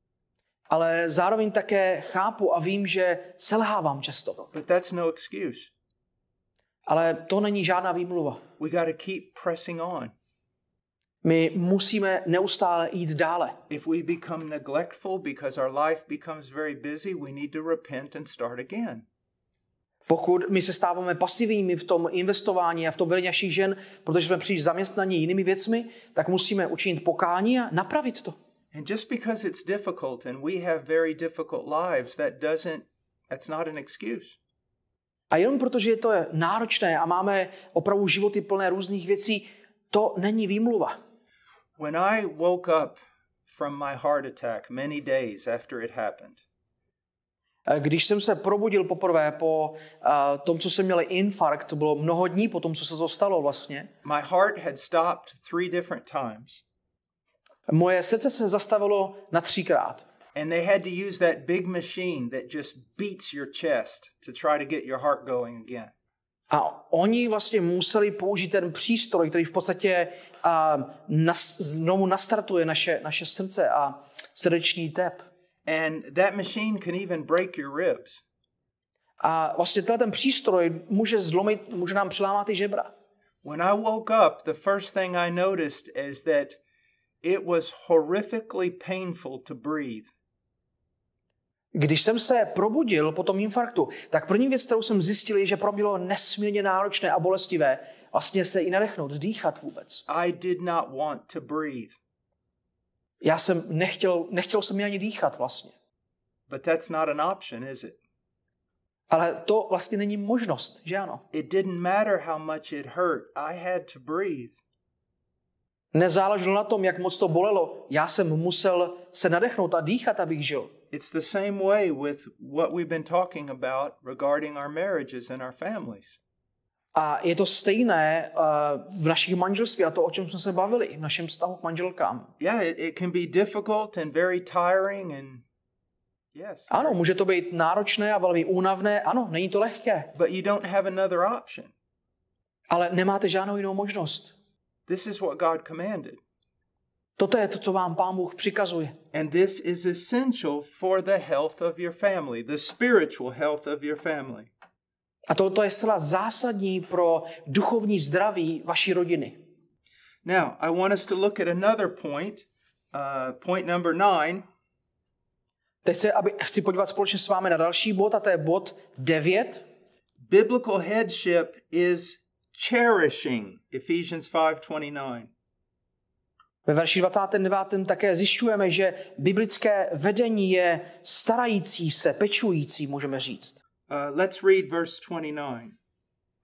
Ale zároveň také chápu a vím, že selhávám často. But that's no excuse. Ale to není žádná výmluva. We got to keep pressing on. My musíme neustále jít dále. If we become neglectful because our life becomes very busy, we need to repent and start again. Pokud my se stáváme pasivními v tom investování a v tom vedení našich žen, protože jsme příliš zaměstnaní jinými věcmi, tak musíme učinit pokání a napravit to. And just because it's difficult and we have very difficult lives, that doesn't, that's not an excuse. A jenom protože je to náročné a máme opravdu životy plné různých věcí, to není výmluva. When I woke up from my heart attack many days after it happened, Když jsem se probudil poprvé po uh, tom, co jsem měl infarkt, to bylo mnoho dní po tom, co se to stalo vlastně. my heart had stopped three different times. Moje srdce se zastavilo na třikrát. And they had to use that big machine that just beats your chest to try to get your heart going again. A oni vlastně museli použít ten přístroj, který v podstatě uh, nas, znovu nastartuje naše, naše srdce a srdeční tep. And that machine can even break your ribs. A vlastně ten přístroj může zlomit, může nám přelámat i žebra. When I woke up, the first thing I noticed is that it was horrifically painful to breathe. Když jsem se probudil po tom infarktu, tak první věc, kterou jsem zjistil, je, že pro mě bylo nesmírně náročné a bolestivé vlastně se i nadechnout, dýchat vůbec. I did not want to breathe. Já jsem nechtěl, nechtěl jsem ani dýchat vlastně. But that's not an option, is it? Ale to vlastně není možnost, že ano? It didn't matter how much it hurt. I had to breathe. Nezáleželo na tom, jak moc to bolelo. Já jsem musel se nadechnout a dýchat, abych žil. It's the same way with what we've been talking about regarding our marriages and our families. A je to stejné uh, v našich manželství a to, o čem jsme se bavili, v našem vztahu k manželkám. Yeah, it, it can be difficult and very tiring and yes. Ano, může to být náročné a velmi únavné. Ano, není to lehké. But you don't have another option. Ale nemáte žádnou jinou možnost. This is what God commanded. Toto je to, co vám Pán Bůh přikazuje. And this is essential for the health of your family, the spiritual health of your family. A toto je zcela zásadní pro duchovní zdraví vaší rodiny. Now, I want us to look at another point, uh, point number nine. Teď chci, aby, chci podívat společně s vámi na další bod, a to je bod devět. Biblical headship is cherishing, Ephesians five twenty-nine. Ve verši dvacátém devátém také zjišťujeme, že biblické vedení je starající se, pečující, můžeme říct. Uh, let's read verse twenty-nine.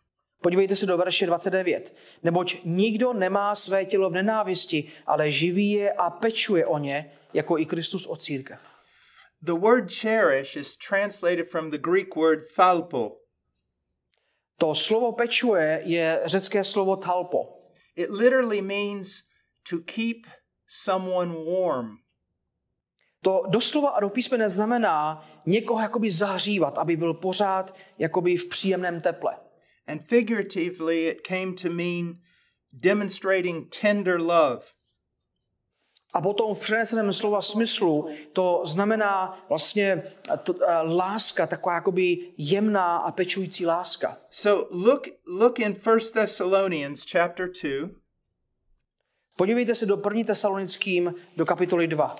Podívejte se do verše dvacet devět. Neboť nikdo nemá své tělo v nenávisti, ale živí je a pečuje o ně, jako i Kristus o církev. The word cherish is translated from the Greek word thalpo. To slovo pečuje je řecké slovo talpo. It literally means to keep someone warm. To doslova a do písmene znamená někoho jakoby zahřívat, aby byl pořád jakoby v příjemném teple. And figuratively it came to mean demonstrating tender love. A potom v přeneseném slova smyslu to znamená vlastně to, uh, láska, taková jakoby jemná a pečující láska. So look look in First Thessalonians chapter two. Podívejte se do první Tesalonickým do kapitoly dva.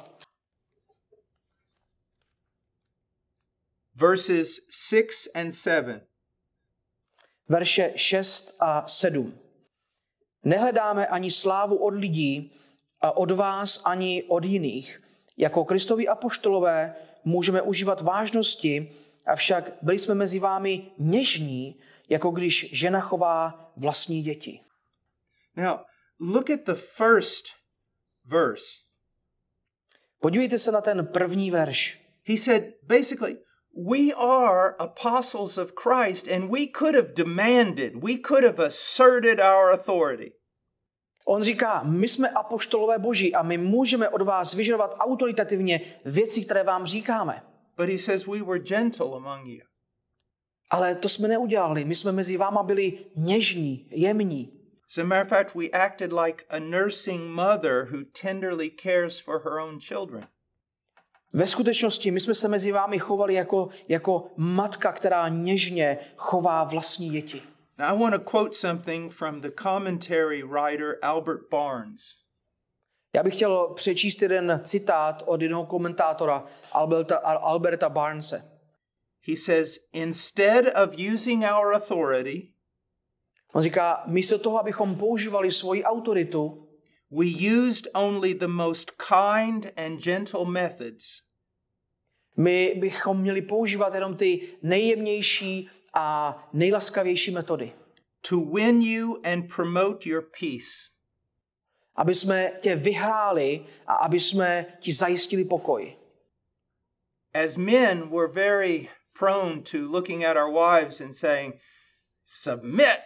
Verses six and seven. Verše šest a sedm. Nehledáme ani slávu od lidí a od vás ani od jiných. Jako Kristovi apoštolové můžeme užívat vážnosti, avšak byli jsme mezi vámi něžní, jako když žena chová vlastní děti. Now, look at the first verse. Podívejte se na ten první verš. He said, basically, we are apostles of Christ and we could have demanded, we could have asserted our authority. On říká, my jsme apoštolové Boží a my můžeme od vás vyžadovat autoritativně věci, které vám říkáme. But he says we were gentle among you. Ale to jsme neudělali. My jsme mezi váma byli něžní, jemní. As a matter of fact, we acted like a nursing mother who tenderly cares for her own children. Ve skutečnosti my jsme se mezi vámi chovali jako, jako matka, která něžně chová vlastní děti. Now I want to quote something from the commentary writer Albert Barnes. Já bych chtěl přečíst jeden citát od jednoho komentátora Alberta, Alberta Barnese. He says, instead of using our authority, on říká, místo toho, abychom používali svoji autoritu, we used only the most kind and gentle methods. My bychom měli používat jenom ty nejjemnější a nejlaskavější metody. To win you and promote your peace. Aby jsme tě vyhráli a aby jsme ti zajistili pokoj. As men, we're very prone to looking at our wives and saying, submit.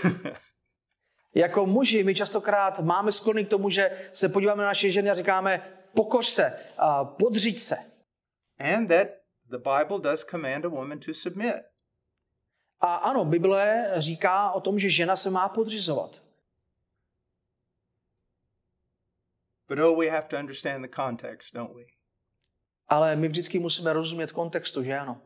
Jako muži my častokrát máme sklony k tomu, že se podíváme na naše ženy a říkáme, pokoř se, uh, podřiď se. And that the Bible does command a woman to submit. A ano, Bible říká o tom, že žena se má podřizovat. But oh, we have to understand the context, don't we? Ale my vždycky musíme rozumět kontextu, že ano?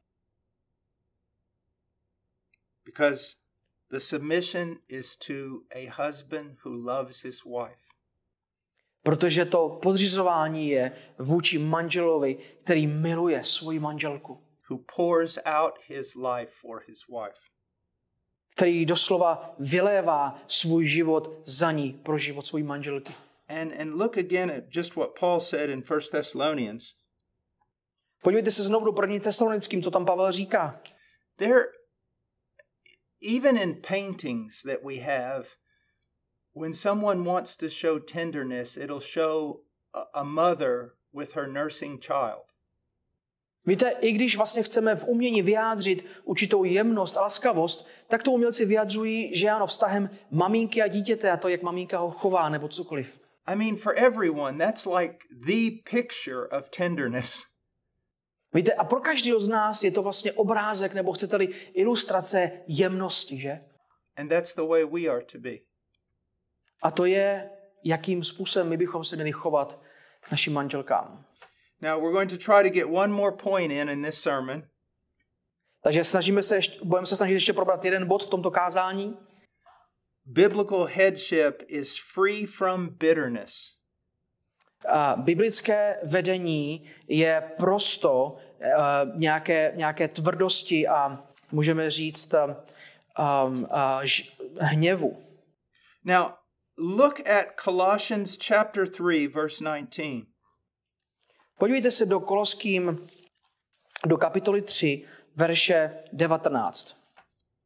Because the submission is to a husband who loves his wife. Protože to podřizování je vůči manželovi, který miluje svoji manželku. Who pours out his life for his wife. Který doslova vylévá svůj život za ní pro život své manželky. And, and look again at just what Paul said in First Thessalonians. Podívejte se znovu do první Tesalonickým, co tam Pavel říká. There, even in paintings that we have, when someone wants to show tenderness, it'll show a, a mother with her nursing child. Víte, i když vlastně chceme v umění vyjádřit určitou jemnost a laskavost, tak to umělci vyjadřují, že ano, vztahem maminky a dítěte a to, jak maminka ho chová nebo cokoliv. I mean, for everyone, that's like the picture of tenderness. Víte, a pro každého z nás je to vlastně obrázek, nebo chcete-li ilustrace jemnosti, že? And that's the way we are to be. A to je, jakým způsobem my bychom se měli chovat k našim manželkám. Now we're going to try to get one more point in in this sermon. Takže snažíme se, budeme se snažit ještě probrat jeden bod v tomto kázání. Biblical headship is free from bitterness. A biblické vedení je prosto uh, nějaké, nějaké tvrdosti a můžeme říct um, uh, ž, hněvu. Now look at Colossians chapter three verse nineteen. Podívejte se do Koloským do kapitoly tři verše devatenáct.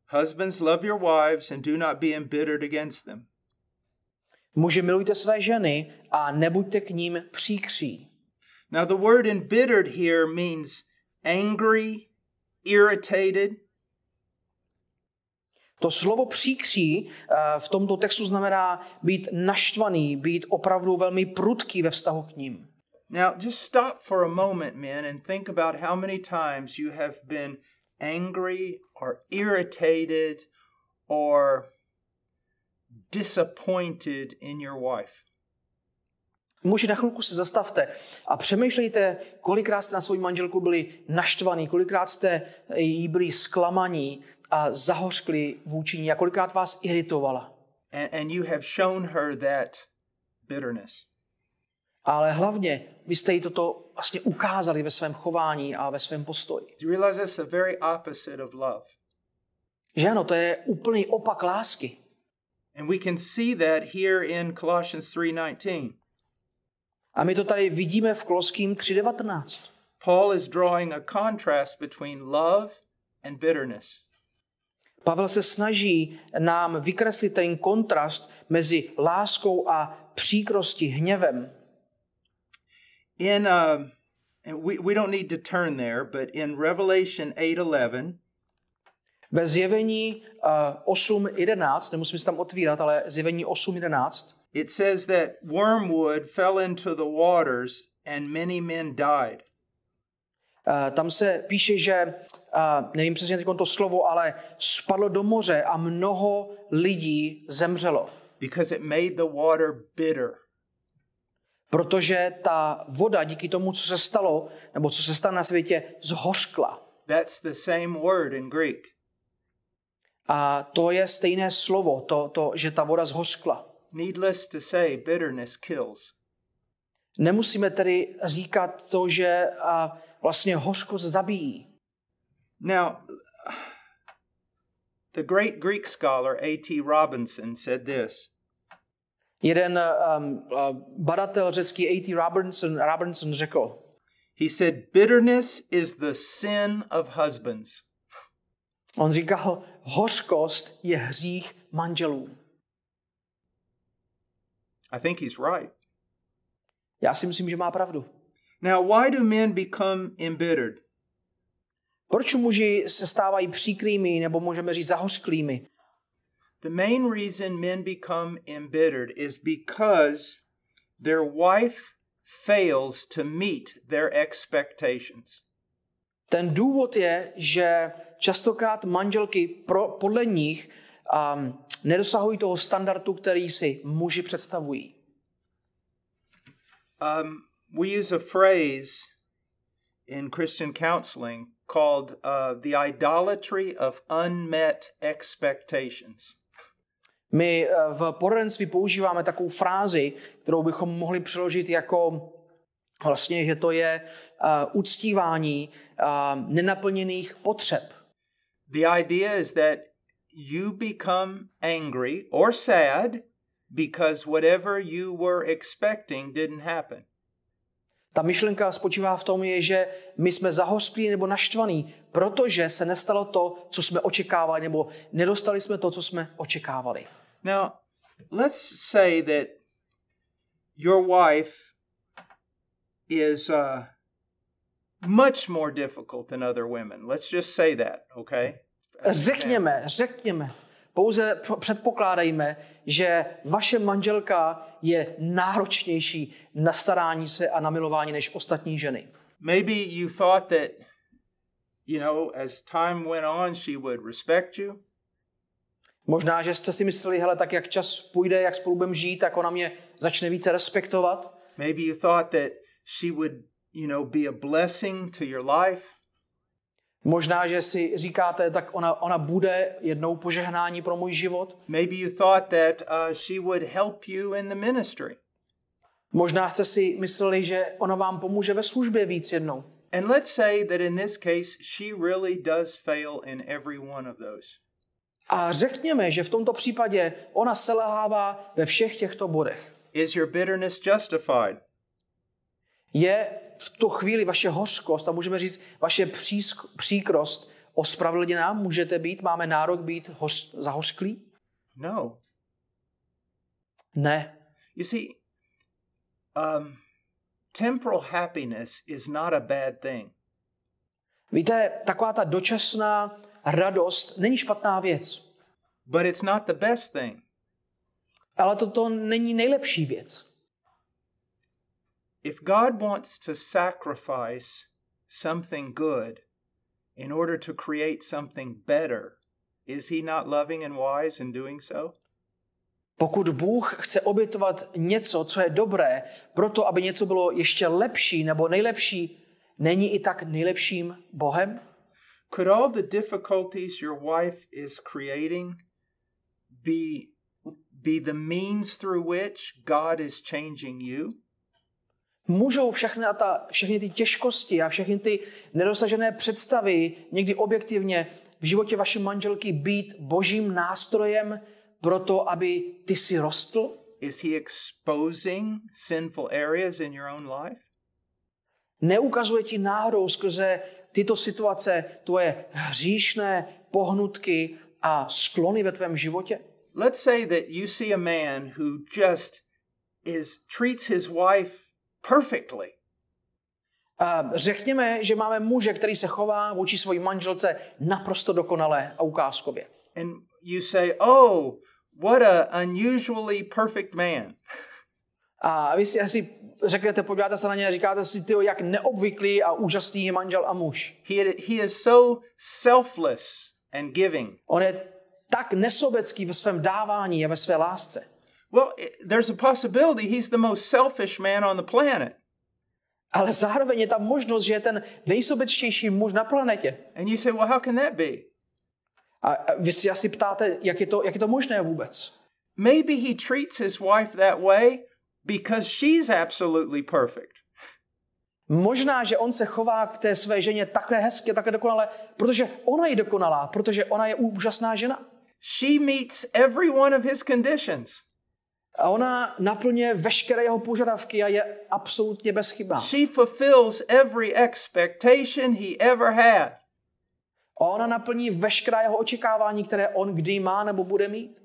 Husbands, love your wives and do not be embittered against them. Muži, milujte své ženy a nebuďte k ním příkří. Now the word embittered here means angry, irritated. To slovo příkří v tomto textu znamená být naštvaný, být opravdu velmi prudký ve vztahu k ním. Now just stop for a moment, men, and think about how many times you have been angry or irritated or disappointed in your wife. Muži, na chvilku se zastavte a přemýšlejte, kolikrát jste na svou manželku byli naštvaní, kolikrát jste jí byli zklamaní a zahořkli vůči ní a kolikrát vás iritovala. And, and you have shown her that bitterness. Ale hlavně vy jste jí toto vlastně ukázali ve svém chování a ve svém postoji. Do you realize that's the very opposite of love? Že ano, to je úplný opak lásky. And we can see that here in Colossians three nineteen. A my to tady vidíme v Koloským tři devatenáct. Paul is drawing a contrast between love and bitterness. Pavel se snaží nám vykreslit ten kontrast mezi láskou a příkrostí, hněvem. In uh, we we don't need to turn there, but in Revelation eight eleven, ve Zjevení uh, osm jedenáct, nemusíme se tam otvírat, ale Zjevení osm jedenáct, it says that wormwood fell into the waters and many men died. Uh, tam se píše, že, uh, nevím přesně teď to slovo, ale spadlo do moře a mnoho lidí zemřelo. Because it made the water bitter. Protože ta voda díky tomu, co se stalo, nebo co se stalo na světě, zhořkla. That's the same word in Greek. A to je stejné slovo, to, to, že ta voda zhořkla. Needless to say, bitterness kills. Nemusíme tedy říkat to, že a, vlastně hořkost zabíjí. Now, the great Greek scholar A T Robinson said this. Jeden um, uh, badatel řecký A T Robinson, Robinson řekl. He said, bitterness is the sin of husbands. On říkal, hořkost je hřích manželů. I think he's right. Já si myslím, že má pravdu. Now, why do men become embittered? Proč muži se stávají příkrými, nebo můžeme říct zahořklými? The main reason men become embittered is because their wife fails to meet their expectations. Ten důvod je, že častokrát manželky pro, podle nich um, nedosahují toho standardu, který si muži představují. Um, we use a phrase in Christian counseling called uh, the idolatry of unmet expectations. My v poradenství používáme takovou frázi, kterou bychom mohli přeložit jako vlastně, že to je uh, uctívání uh, nenaplněných potřeb. The idea is that you become angry or sad because whatever you were expecting didn't happen. Ta myšlenka spočívá v tom, je, že my jsme zahořklí nebo naštvaní, protože se nestalo to, co jsme očekávali, nebo nedostali jsme to, co jsme očekávali. Now, let's say that your wife is uh, much more difficult than other women. Let's just say that, okay? Řekněme, řekněme, pouze předpokládejme, že vaše manželka je náročnější na starání se a na milování než ostatní ženy. Maybe you thought that, you know, as time went on, she would respect you. Možná, že jste si mysleli, hele, tak jak čas půjde, jak spolu budeme žít, tak ona mě začne více respektovat. Maybe you thought that she would, you know, be a blessing to your life. Možná, že si říkáte, tak ona, ona bude jednou požehnání pro můj život. Maybe you thought that uh, she would help you in the ministry. Možná jste si mysleli, že ona vám pomůže ve službě víc jednou. And let's say that in this case, she really does fail in every one of those. A řekněme, že v tomto případě ona selhává ve všech těchto bodech. Is your bitterness justified? Je v tu chvíli vaše hořkost, a můžeme říct vaše přísk, příkrost, ospravedlněná můžete být? Máme nárok být hoř, zahořklí? No. Ne. You see, um, temporal happiness is not a bad thing. Víte, taková ta dočasná radost není špatná věc. But it's not the best thing. Ale toto není nejlepší věc. If God wants to sacrifice something good in order to create something better, is he not loving and wise in doing so? Pokud Bůh chce obětovat něco, co je dobré, proto, aby něco bylo ještě lepší nebo nejlepší, není i tak nejlepším Bohem? Could all the difficulties your wife is creating be, be the means through which God is changing you? Můžou všechny, ta, všechny ty těžkosti a všechny ty nedosažené představy někdy objektivně v životě vaší manželky být božím nástrojem pro to, aby ty si rostl? Is he exposing sinful areas in your own life? Neukazuje ti náhodou skrze tyto situace tvoje hříšné pohnutky a sklony ve tvém životě? Let's say that you see a man who just is treats his wife perfectly. A řekněme, že máme muže, který se chová vůči své manželce naprosto dokonale a ukázkově. And you say, "Oh, what a unusually perfect man." A vy si asi řeknete, podíváte se na ně a říkáte si, tyjo, jak neobvyklý a úžasný je manžel a muž. He he is so selfless and giving. On je tak nesobecký ve svém dávání a ve své lásce. Well, there's a possibility he's the most selfish man on the planet. Ale zároveň je tam možnost, že je ten nejsobečtější muž na planetě. And you say, well, how can that be? A vy si asi ptáte, jak je to, jak je to možné vůbec? Maybe he treats his wife that way because she's absolutely perfect. Možná, že on se chová k té své ženě takhle hezky, takhle dokonale, protože ona je dokonalá, protože ona je úžasná žena. She meets every one of his conditions. A ona naplňuje veškeré jeho požadavky a je absolutně bezchybná. She fulfills every expectation he ever had. A ona naplní veškerá jeho očekávání, které on kdy má nebo bude mít.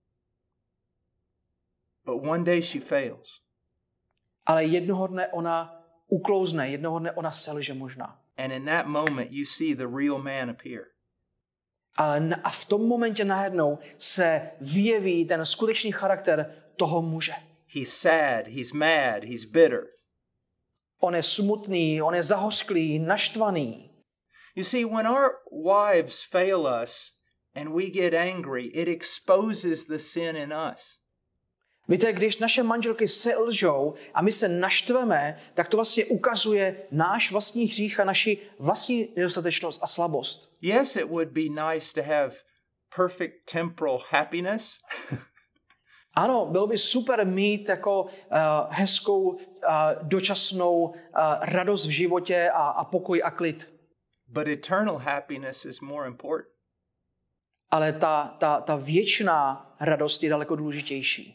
But one day she fails. Ale jednoho dne ona uklouzne, jednoho dne ona selže možná. And in that moment you see the real man appear. A v tom momentě najednou se vyjeví ten skutečný charakter toho muže. He's sad, he's mad, he's bitter. On je smutný, on je zahořklý, naštvaný. You see, when our wives fail us and we get angry, it exposes the sin in us. Víte, když naše manželky se lžou a my se naštveme, tak to vlastně ukazuje náš vlastní hřích a naši vlastní nedostatečnost a slabost. Yes, it would be nice to have perfect temporal happiness. Ano, bylo by super mít jako uh, hezkou uh, dočasnou uh, radost v životě a, a pokoj a klid. But eternal happiness is more important. Ale ta, ta, ta věčná radost je daleko důležitější.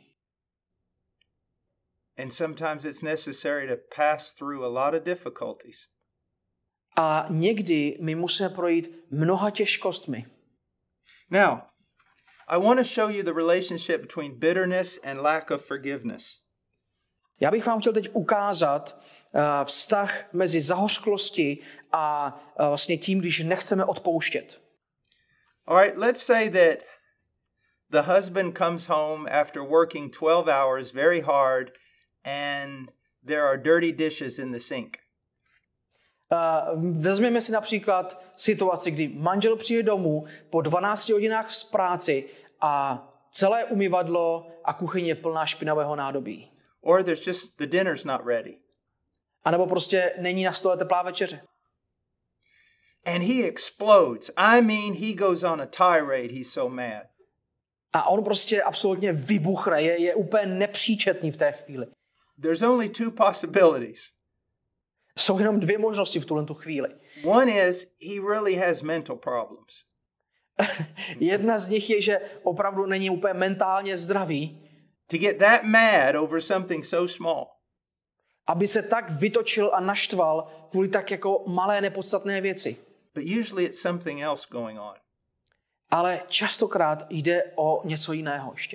And sometimes it's necessary to pass through a lot of difficulties. A někdy my musíme projít mnoha těžkostmi. Now, I want to show you the relationship between bitterness and lack of forgiveness. Já bych vám chtěl teď ukázat uh, vztah mezi zahořklostí a uh, vlastně tím, když nechceme odpouštět. All right, let's say that the husband comes home after working twelve hours very hard and there are dirty dishes in the sink. Uh, vezměme si například situaci, kdy manžel přijde domů po dvanácti hodinách z práci a celé umyvadlo a kuchyně je plná špinavého nádobí. Or there's just the dinner's not ready. A nebo prostě není na stole teplá večeře. And he explodes. I mean, he goes on a tirade. He's so mad. A on prostě absolutně vybuchne, je, je úplně nepříčetný v té chvíli. There's only two possibilities. Jsou jenom dvě možnosti v tuhle chvíli. One is he really has mental problems. Jedna z nich je, že opravdu není úplně mentálně zdravý. To get that mad over something so small. Aby se tak vytočil a naštval kvůli tak jako malé nepodstatné věci. But usually it's something else going on. Ale častokrát jde o něco jiného ještě.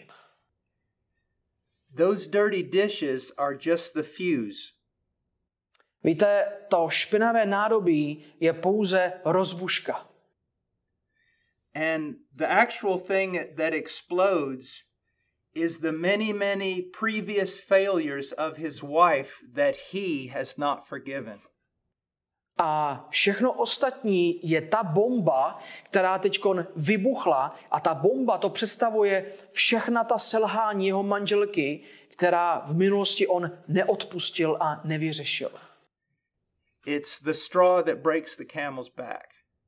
Those dirty dishes are just the fuse. Víte, to špinavé nádobí je pouze rozbuška. And the actual thing that explodes is the many, many previous failures of his wife that he has not forgiven. A všechno ostatní je ta bomba, která teďkon vybuchla, a ta bomba to představuje všechna ta selhání jeho manželky, která v minulosti on neodpustil a nevyřešil. It's the straw that breaks the camel's back.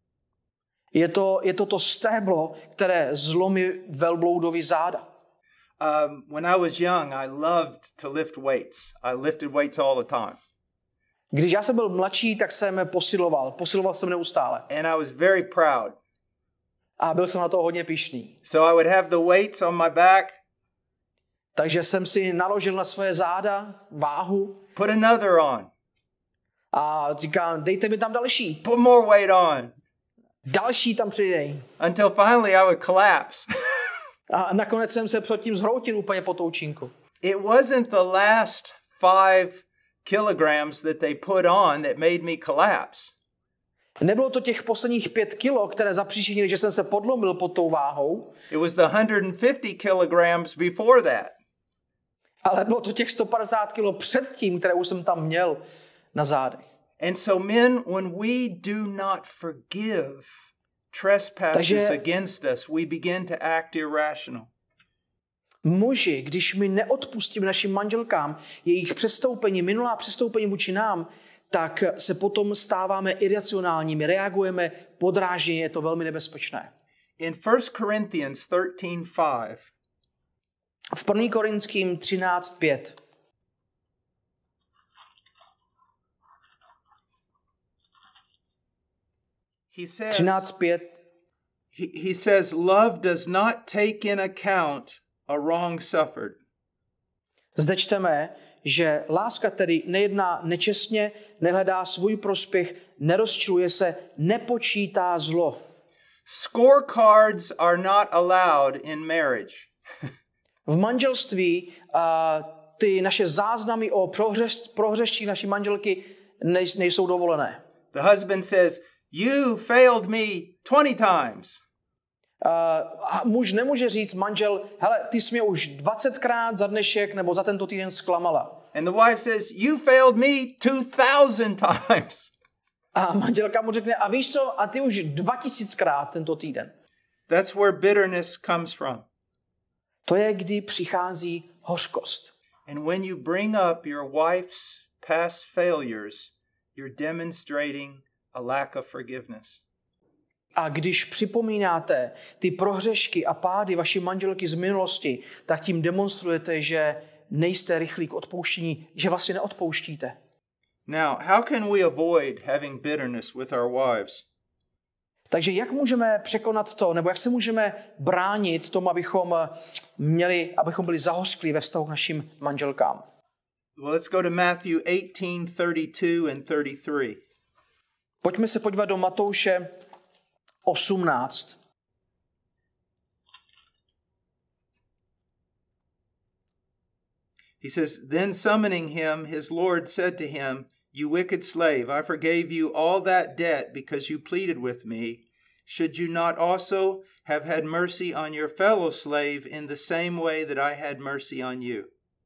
Je to, je to to stéblo, které zlomí velbloudovi záda. Um, when I was young, I loved to lift weights. I lifted weights all the time. Když já jsem byl mladší, tak jsem posiloval. Posiloval jsem neustále. And I was very proud. A byl jsem na to hodně pyšný. So I would have the weights on my back. Takže jsem si naložil na svoje záda váhu. Put another on. A říkám, dejte mi tam další. Put more weight on. Další tam přidej. Until finally I would collapse. A nakonec jsem se před tím zhroutil úplně po toučinku. It wasn't the last five kilograms that they put on that made me collapse. Nebylo to těch posledních pět kilo, které zapříčinily, že jsem se podlomil pod tou váhou. It was the one hundred fifty kilograms before that. Ale bylo to těch sto padesát kilo předtím, které už jsem tam měl na zádech. And so men, when we do not forgive trespasses Takže against us, we begin to act irrational. muži, když my neodpustíme našim manželkám jejich přestoupení, minulá přestoupení vůči nám, tak se potom stáváme iracionálními, reagujeme podrážděně, je to velmi nebezpečné. In First Corinthians thirteen five, v první Korinským třináct pět he says, třináct pět he, he says, love does not take in account a wrong suffered. Zde čteme, že láska tedy nejedná nečestně, nehledá svůj prospěch, nerozčiluje se, nepočítá zlo. Scorecards are not allowed in marriage. V manželství uh, ty naše záznamy o prohřeš, prohřešcích naší manželky nej, nejsou dovolené. The husband says, you failed me twenty times. Uh, a muž nemůže říct manžel, hele, ty jsi mě už dvacetkrát za dnešek nebo za tento týden zklamala. And the wife says, you failed me two thousand times. A manželka mu řekne, a víš co, a ty už dva tisíckrát tento týden. That's where bitterness comes from. To je, kdy přichází hořkost. And when you bring up your wife's past failures, you're demonstrating a lack of forgiveness. A když připomínáte ty prohřešky a pády vaší manželky z minulosti, tak tím demonstrujete, že nejste rychlí k odpouštění, že vlastně neodpouštíte. Now, how can we avoid having bitterness with our wives? Takže jak můžeme překonat to, nebo jak se můžeme bránit tomu, abychom měli, abychom byli zahořklí ve vztahu k našim manželkám? Well, let's go to Matthew eighteen thirty-two and thirty-three. Pojďme se podívat do Matouše osmnáct. He says, then summoning him, his Lord said to him, you wicked slave, I forgave you all that debt because you pleaded with me. Should you not also have had mercy on your fellow slave in the same way that I had mercy on you?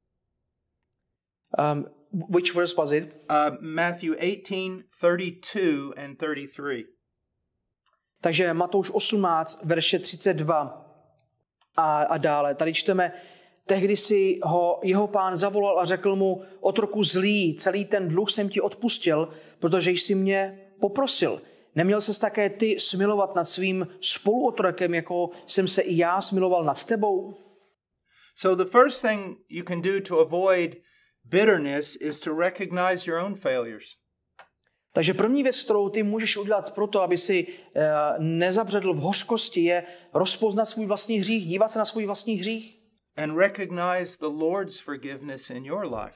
Um, which verse was it? Uh, Matthew eighteen thirty-two and thirty-three. Takže Matouš osmnáct, verše třicet dva a, a dále. Tady čteme, tehdy si ho jeho pán zavolal a řekl mu, otroku zlý, celý ten dluh jsem ti odpustil, protože jsi mě poprosil. Neměl ses také ty smilovat nad svým spoluotrokem, jako jsem se i já smiloval nad tebou? So the first thing you can do to avoid bitterness is to recognize your own failures. Takže první věc, kterou ty můžeš udělat pro to, aby si uh, nezabředl v hořkosti, je rozpoznat svůj vlastní hřích, dívat se na svůj vlastní hřích. And recognize the Lord's forgiveness in your life.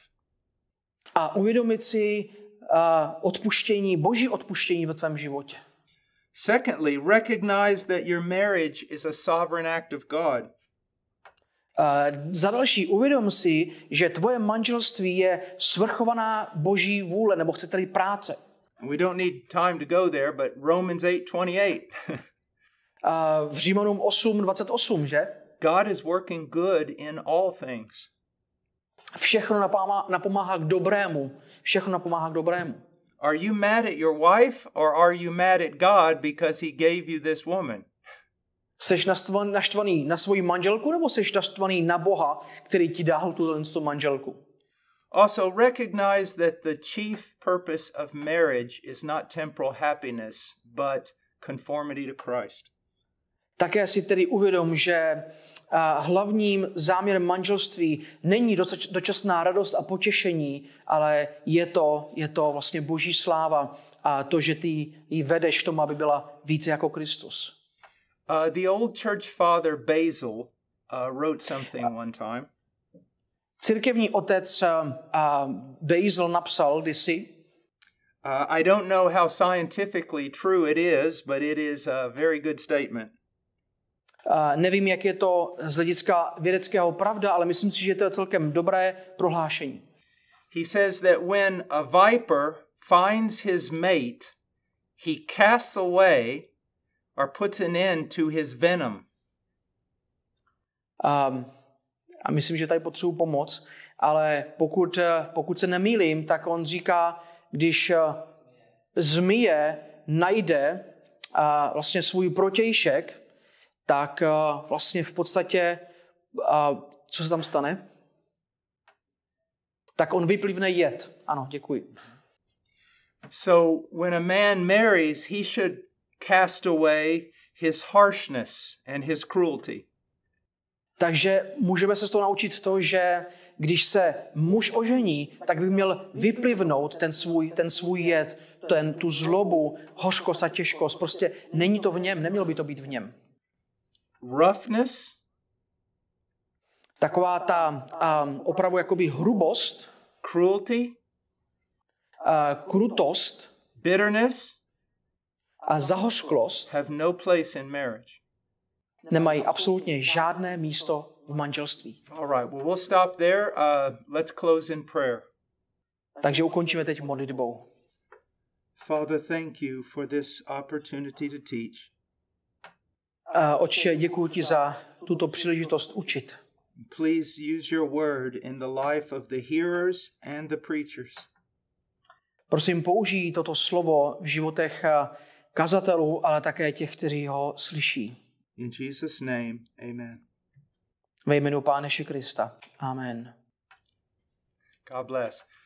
A uvědomit si uh, odpuštění, boží odpuštění ve tvém životě. Secondly, recognize that your marriage is a sovereign act of God. Uh, za další, uvědom si, že tvoje manželství je svrchovaná boží vůle, nebo chcete-li práce. We don't need time to go there, but Romans eight twenty-eight. uh, v Římanům osm dvacet osm, že? God is working good in all things. Všechno napomáhá, napomáhá k dobrému. Všechno napomáhá k dobrému. Are you mad at your wife or are you mad at God because he gave you this woman? Seš naštvaný, naštvaný na svoji manželku, nebo seš naštvaný na Boha, který ti dal tuto manželku? Also recognize that the chief purpose of marriage is not temporal happiness, but conformity to Christ. Také si tedy uvědom, že uh, hlavním záměrem manželství není dočasná radost a potěšení, ale je to, je to vlastně boží sláva a to, že ty ji vedeš k tomu, aby byla více jako Kristus. Uh, the old church father Basil uh, wrote something one time. Církevní otec uh, uh, Basil napsal kdysi. Uh, I don't know how scientifically true it is, but it is a very good statement. Uh, nevím, jak je to z hlediska vědeckého pravda, ale myslím si, že to je celkem dobré prohlášení. He says that when a viper finds his mate, he casts away or puts an end to his venom. Um, a myslím, že tady potřebuji pomoc, ale pokud, pokud se nemýlím, tak on říká, když zmije najde uh, vlastně svůj protějšek, tak uh, vlastně v podstatě, uh, co se tam stane? Tak on vyplivne jed. Ano, děkuji. So when a man marries, he should cast away his harshness and his cruelty. Takže můžeme se z toho naučit to, že když se muž ožení, tak by měl vyplivnout ten svůj, ten svůj jed, ten, tu zlobu, hořkost a těžkost. Prostě není to v něm, nemělo by to být v něm. Roughness. Taková ta um, opravdu jakoby hrubost. Cruelty. Uh, krutost. Bitterness. A zahořklost. Have no place in marriage. Nemají absolutně žádné místo v manželství. All right, well, we'll stop there. Uh, let's close in prayer. Takže ukončíme teď modlitbou. Father, thank you for this opportunity to teach. Uh, Otče, děkuji ti za tuto příležitost učit. Please use your word in the life of the hearers and the preachers. Prosím, použij toto slovo v životech kazatelů, ale také těch, kteří ho slyší. In Jesus' name, amen. Ve jménu Pána Ježíše Krista. Amen. God bless.